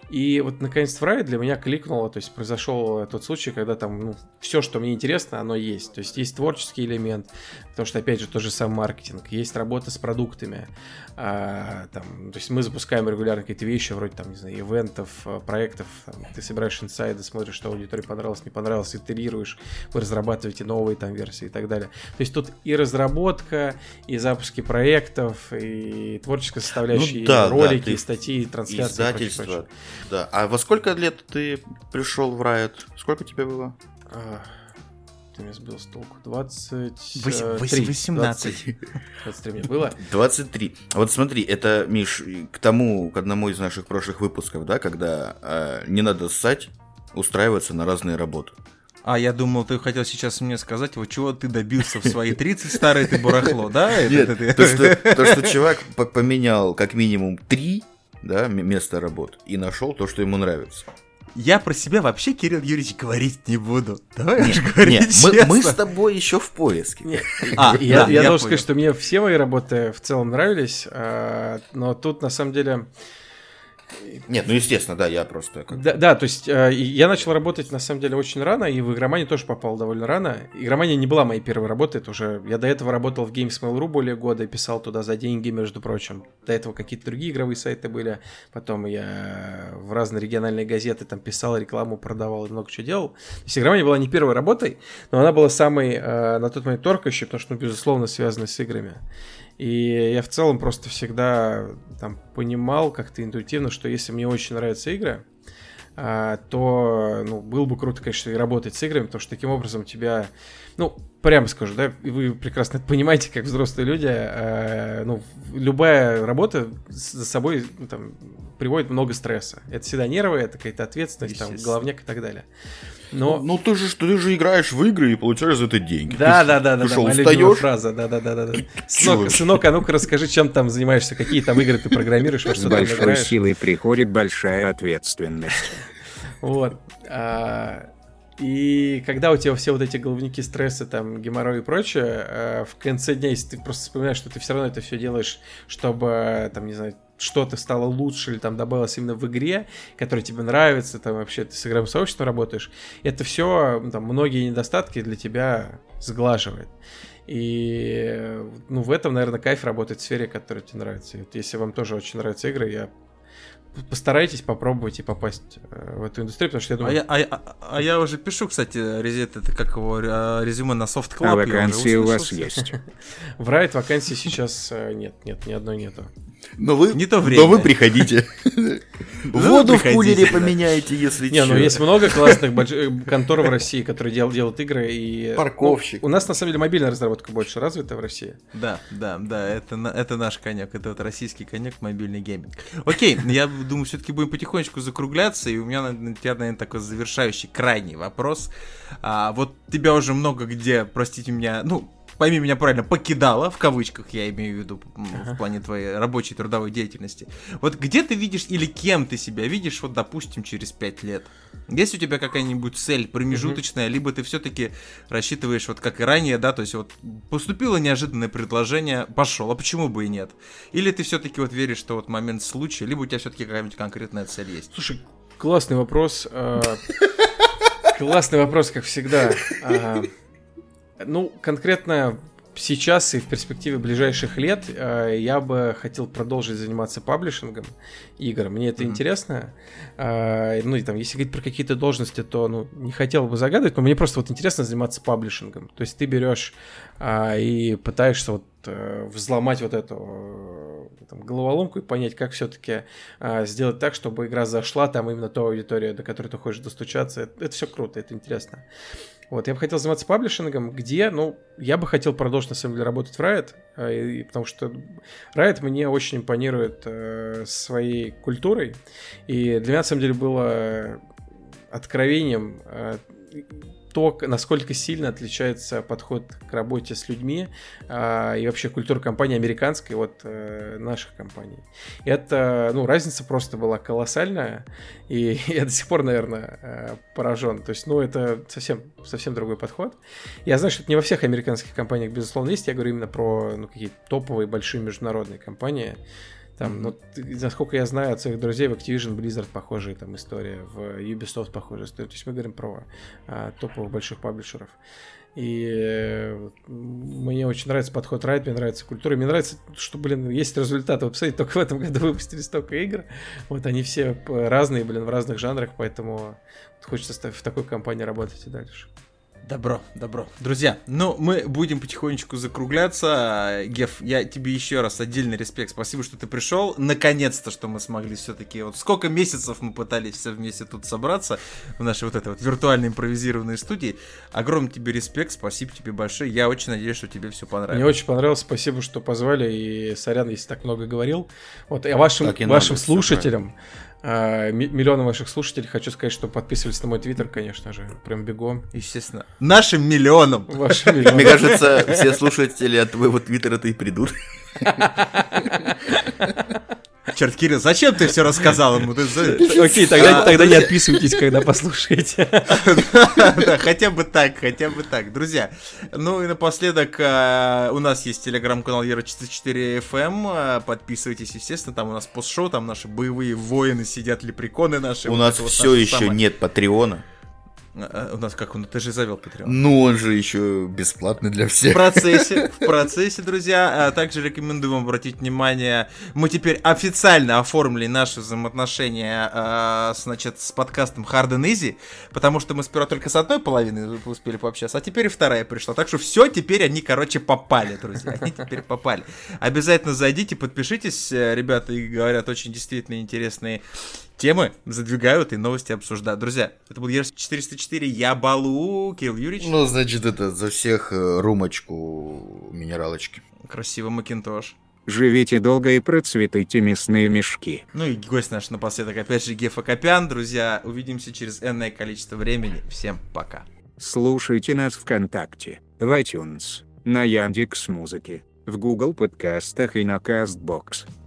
E: И вот наконец в Riot для меня кликнуло, то есть произошел тот случай, когда там все, что мне интересно, оно есть. То есть есть творческий элемент, потому что, опять же, тот же самый маркетинг, есть работа с продуктами. То есть мы запускаем регулярно какие-то вещи, вроде там, не знаю, ивентов, проектов. Там, ты собираешь инсайды, смотришь, что аудитории понравилось, не понравилось, итерируешь, вы разрабатываете новые там версии и так далее. То есть тут и разработка, и запуски проектов, и творческая составляющая, и ролики, и статьи, и трансляции.
D: Издательство.
E: И прочее.
D: Да. А во сколько лет ты пришел в Riot? Сколько тебе было?
E: Ты меня сбил с толку. 23.
C: 18.
E: 23 мне было.
D: 23. Вот смотри, это, Миш, к одному из наших прошлых выпусков, да, когда не надо ссать, устраиваться на разные работы.
C: А я думал, ты хотел сейчас мне сказать, вот чего ты добился в свои 30, старое ты барахло, да?
D: Нет, то, что чувак поменял как минимум 3, да, место работы и нашел то, что ему нравится.
C: Я про себя вообще, Кирилл Юрьевич, говорить не буду. Давай уж говорить честно.
D: Мы с тобой еще в поиске.
E: Я должен сказать, что мне все мои работы в целом нравились, но тут на самом деле...
D: Нет, естественно, да, я просто...
E: Да, то есть я начал работать, на самом деле, очень рано, и в игроманию тоже попал довольно рано. Игромания не была моей первой работой, это уже... Я до этого работал в Games Mail.ru более года, писал туда за деньги, между прочим. До этого какие-то другие игровые сайты были, потом я в разные региональные газеты там писал, рекламу продавал и много чего делал. То есть игромания была не первой работой, но она была самой на тот момент торкающей, потому что, безусловно, связана с играми. И я в целом просто всегда там понимал как-то интуитивно, что если мне очень нравятся игры, то было бы круто, конечно, и работать с играми, потому что таким образом тебя, прямо скажу, да, и вы прекрасно это понимаете, как взрослые люди, любая работа за собой приводит много стресса. Это всегда нервы, это какая-то ответственность, там, головняк и так далее. Но...
D: ты же играешь в игры и получаешь за это деньги.
E: Да, моя любимая фраза, да. Сынок, а ну-ка расскажи, чем там занимаешься, какие там игры ты программируешь, во что
B: с
E: там
B: большой
E: играешь.
B: силой приходит большая ответственность.
E: Вот. И когда у тебя все вот эти головники стресса, там, геморрой и прочее, в конце дня, если ты просто вспоминаешь, что ты все равно это все делаешь, чтобы, там, не знаю, что-то стало лучше или там добавилось именно в игре, которая тебе нравится, там вообще ты с игровым сообществом работаешь, это все, там, многие недостатки для тебя сглаживает. И, в этом, наверное, кайф работать в сфере, которая тебе нравится. И вот если вам тоже очень нравятся игры, постарайтесь, попробуйте попасть в эту индустрию, потому что я думаю...
C: Я уже пишу, кстати, это как его резюме на Soft Club.
B: А вакансии у вас есть?
E: В Riot вакансий сейчас нет, ни одной нету.
D: Но вы приходите. Воду в кулере поменяете, если что.
E: Есть много классных контор в России, которые делают игры. И
D: парковщик.
E: У нас, на самом деле, мобильная разработка больше развита в России.
C: Да, это наш конек, это вот российский конек, мобильный гейминг. Окей, я думаю, все-таки будем потихонечку закругляться, и у меня на тебя, наверное, такой завершающий, крайний вопрос. Вот тебя уже много где, простите меня, пойми меня правильно, покидала, в кавычках я имею в виду, в плане твоей рабочей трудовой деятельности. Вот где ты видишь или кем ты себя видишь, вот, допустим, через 5 лет? Есть у тебя какая-нибудь цель промежуточная, либо ты все-таки рассчитываешь, вот как и ранее, да, то есть вот поступило неожиданное предложение, пошел, а почему бы и нет? Или ты все-таки вот веришь, что вот момент случая, либо у тебя все-таки какая-нибудь конкретная цель есть?
E: Слушай, классный вопрос. Классный вопрос, как всегда. Конкретно сейчас и в перспективе ближайших лет я бы хотел продолжить заниматься паблишингом игр. Мне это интересно. И там, если говорить про какие-то должности, то не хотел бы загадывать, но мне просто вот интересно заниматься паблишингом. То есть ты берешь и пытаешься взломать вот эту головоломку и понять, как все-таки сделать так, чтобы игра зашла там именно ту аудиторию, до которой ты хочешь достучаться. Это все круто, это интересно. Вот, я бы хотел заниматься паблишингом, где, я бы хотел продолжить, на самом деле, работать в Riot, потому что Riot мне очень импонирует своей культурой, и для меня, на самом деле, было откровением то, насколько сильно отличается подход к работе с людьми и вообще культура компании американской от наших компаний. Это, разница просто была колоссальная, и я до сих пор, наверное, поражен. То есть, это совсем другой подход. Я знаю, что это не во всех американских компаниях, безусловно, есть. Я говорю именно про какие-то топовые, большие международные компании. Там, ну, насколько я знаю от своих друзей, в Activision Blizzard похожая там история, в Ubisoft похожая история. То есть мы говорим про топовых больших паблишеров. И мне очень нравится подход Riot, мне нравится культура, мне нравится, что, есть результаты. Вот, посмотрите, только в этом году выпустили столько игр. Вот они все разные, в разных жанрах, поэтому хочется в такой компании работать и дальше.
C: Добро. Друзья, мы будем потихонечку закругляться. Геф, я тебе еще раз отдельный респект. Спасибо, что ты пришел. Наконец-то, что мы смогли все-таки... Вот сколько месяцев мы пытались все вместе тут собраться в нашей вот этой вот виртуальной импровизированной студии. Огромный тебе респект, спасибо тебе большое. Я очень надеюсь, что тебе все понравилось.
E: Мне очень понравилось, спасибо, что позвали. И сорян, если так много говорил. Вот, и вашим слушателям... Миллионам ваших слушателей хочу сказать, что подписывались на мой твиттер, конечно же, прям бегом.
C: Естественно. Нашим миллионам.
D: Мне кажется, все слушатели от твоего твиттера-то и придут.
C: Черт, Кирилл, зачем ты все рассказал ему?
E: Окей, тогда не отписывайтесь, когда послушаете.
C: Хотя бы так. Друзья, ну и напоследок, у нас есть телеграм-канал Ера44FM, подписывайтесь, естественно, там у нас постшоу, там наши боевые воины сидят, лепреконы наши.
D: У нас все еще нет Патреона.
C: У нас как он? Ты же завел Patreon.
D: Ну, он же еще бесплатный для всех.
C: В процессе, друзья. Также рекомендую вам обратить внимание, мы теперь официально оформили наши взаимоотношения, значит, с подкастом Hard and Easy, потому что мы сперва только с одной половиной успели пообщаться, а теперь и вторая пришла. Так что все, теперь они, попали, друзья. Они теперь попали. Обязательно зайдите, подпишитесь. Ребята говорят очень действительно интересные темы, задвигают и новости обсуждают. Друзья, это был Ера404, я Балу, Кирилл Юрьевич.
D: Ну, значит, это за всех румочку минералочки.
C: Красиво, Макинтош.
B: Живите долго и процветайте, мясные мешки.
C: Ну и гость наш напоследок, опять же, Геф Акопян. Друзья, увидимся через энное количество времени. Всем пока.
B: Слушайте нас ВКонтакте, в iTunes, на Яндекс.Музыке, в Google подкастах и на Castbox.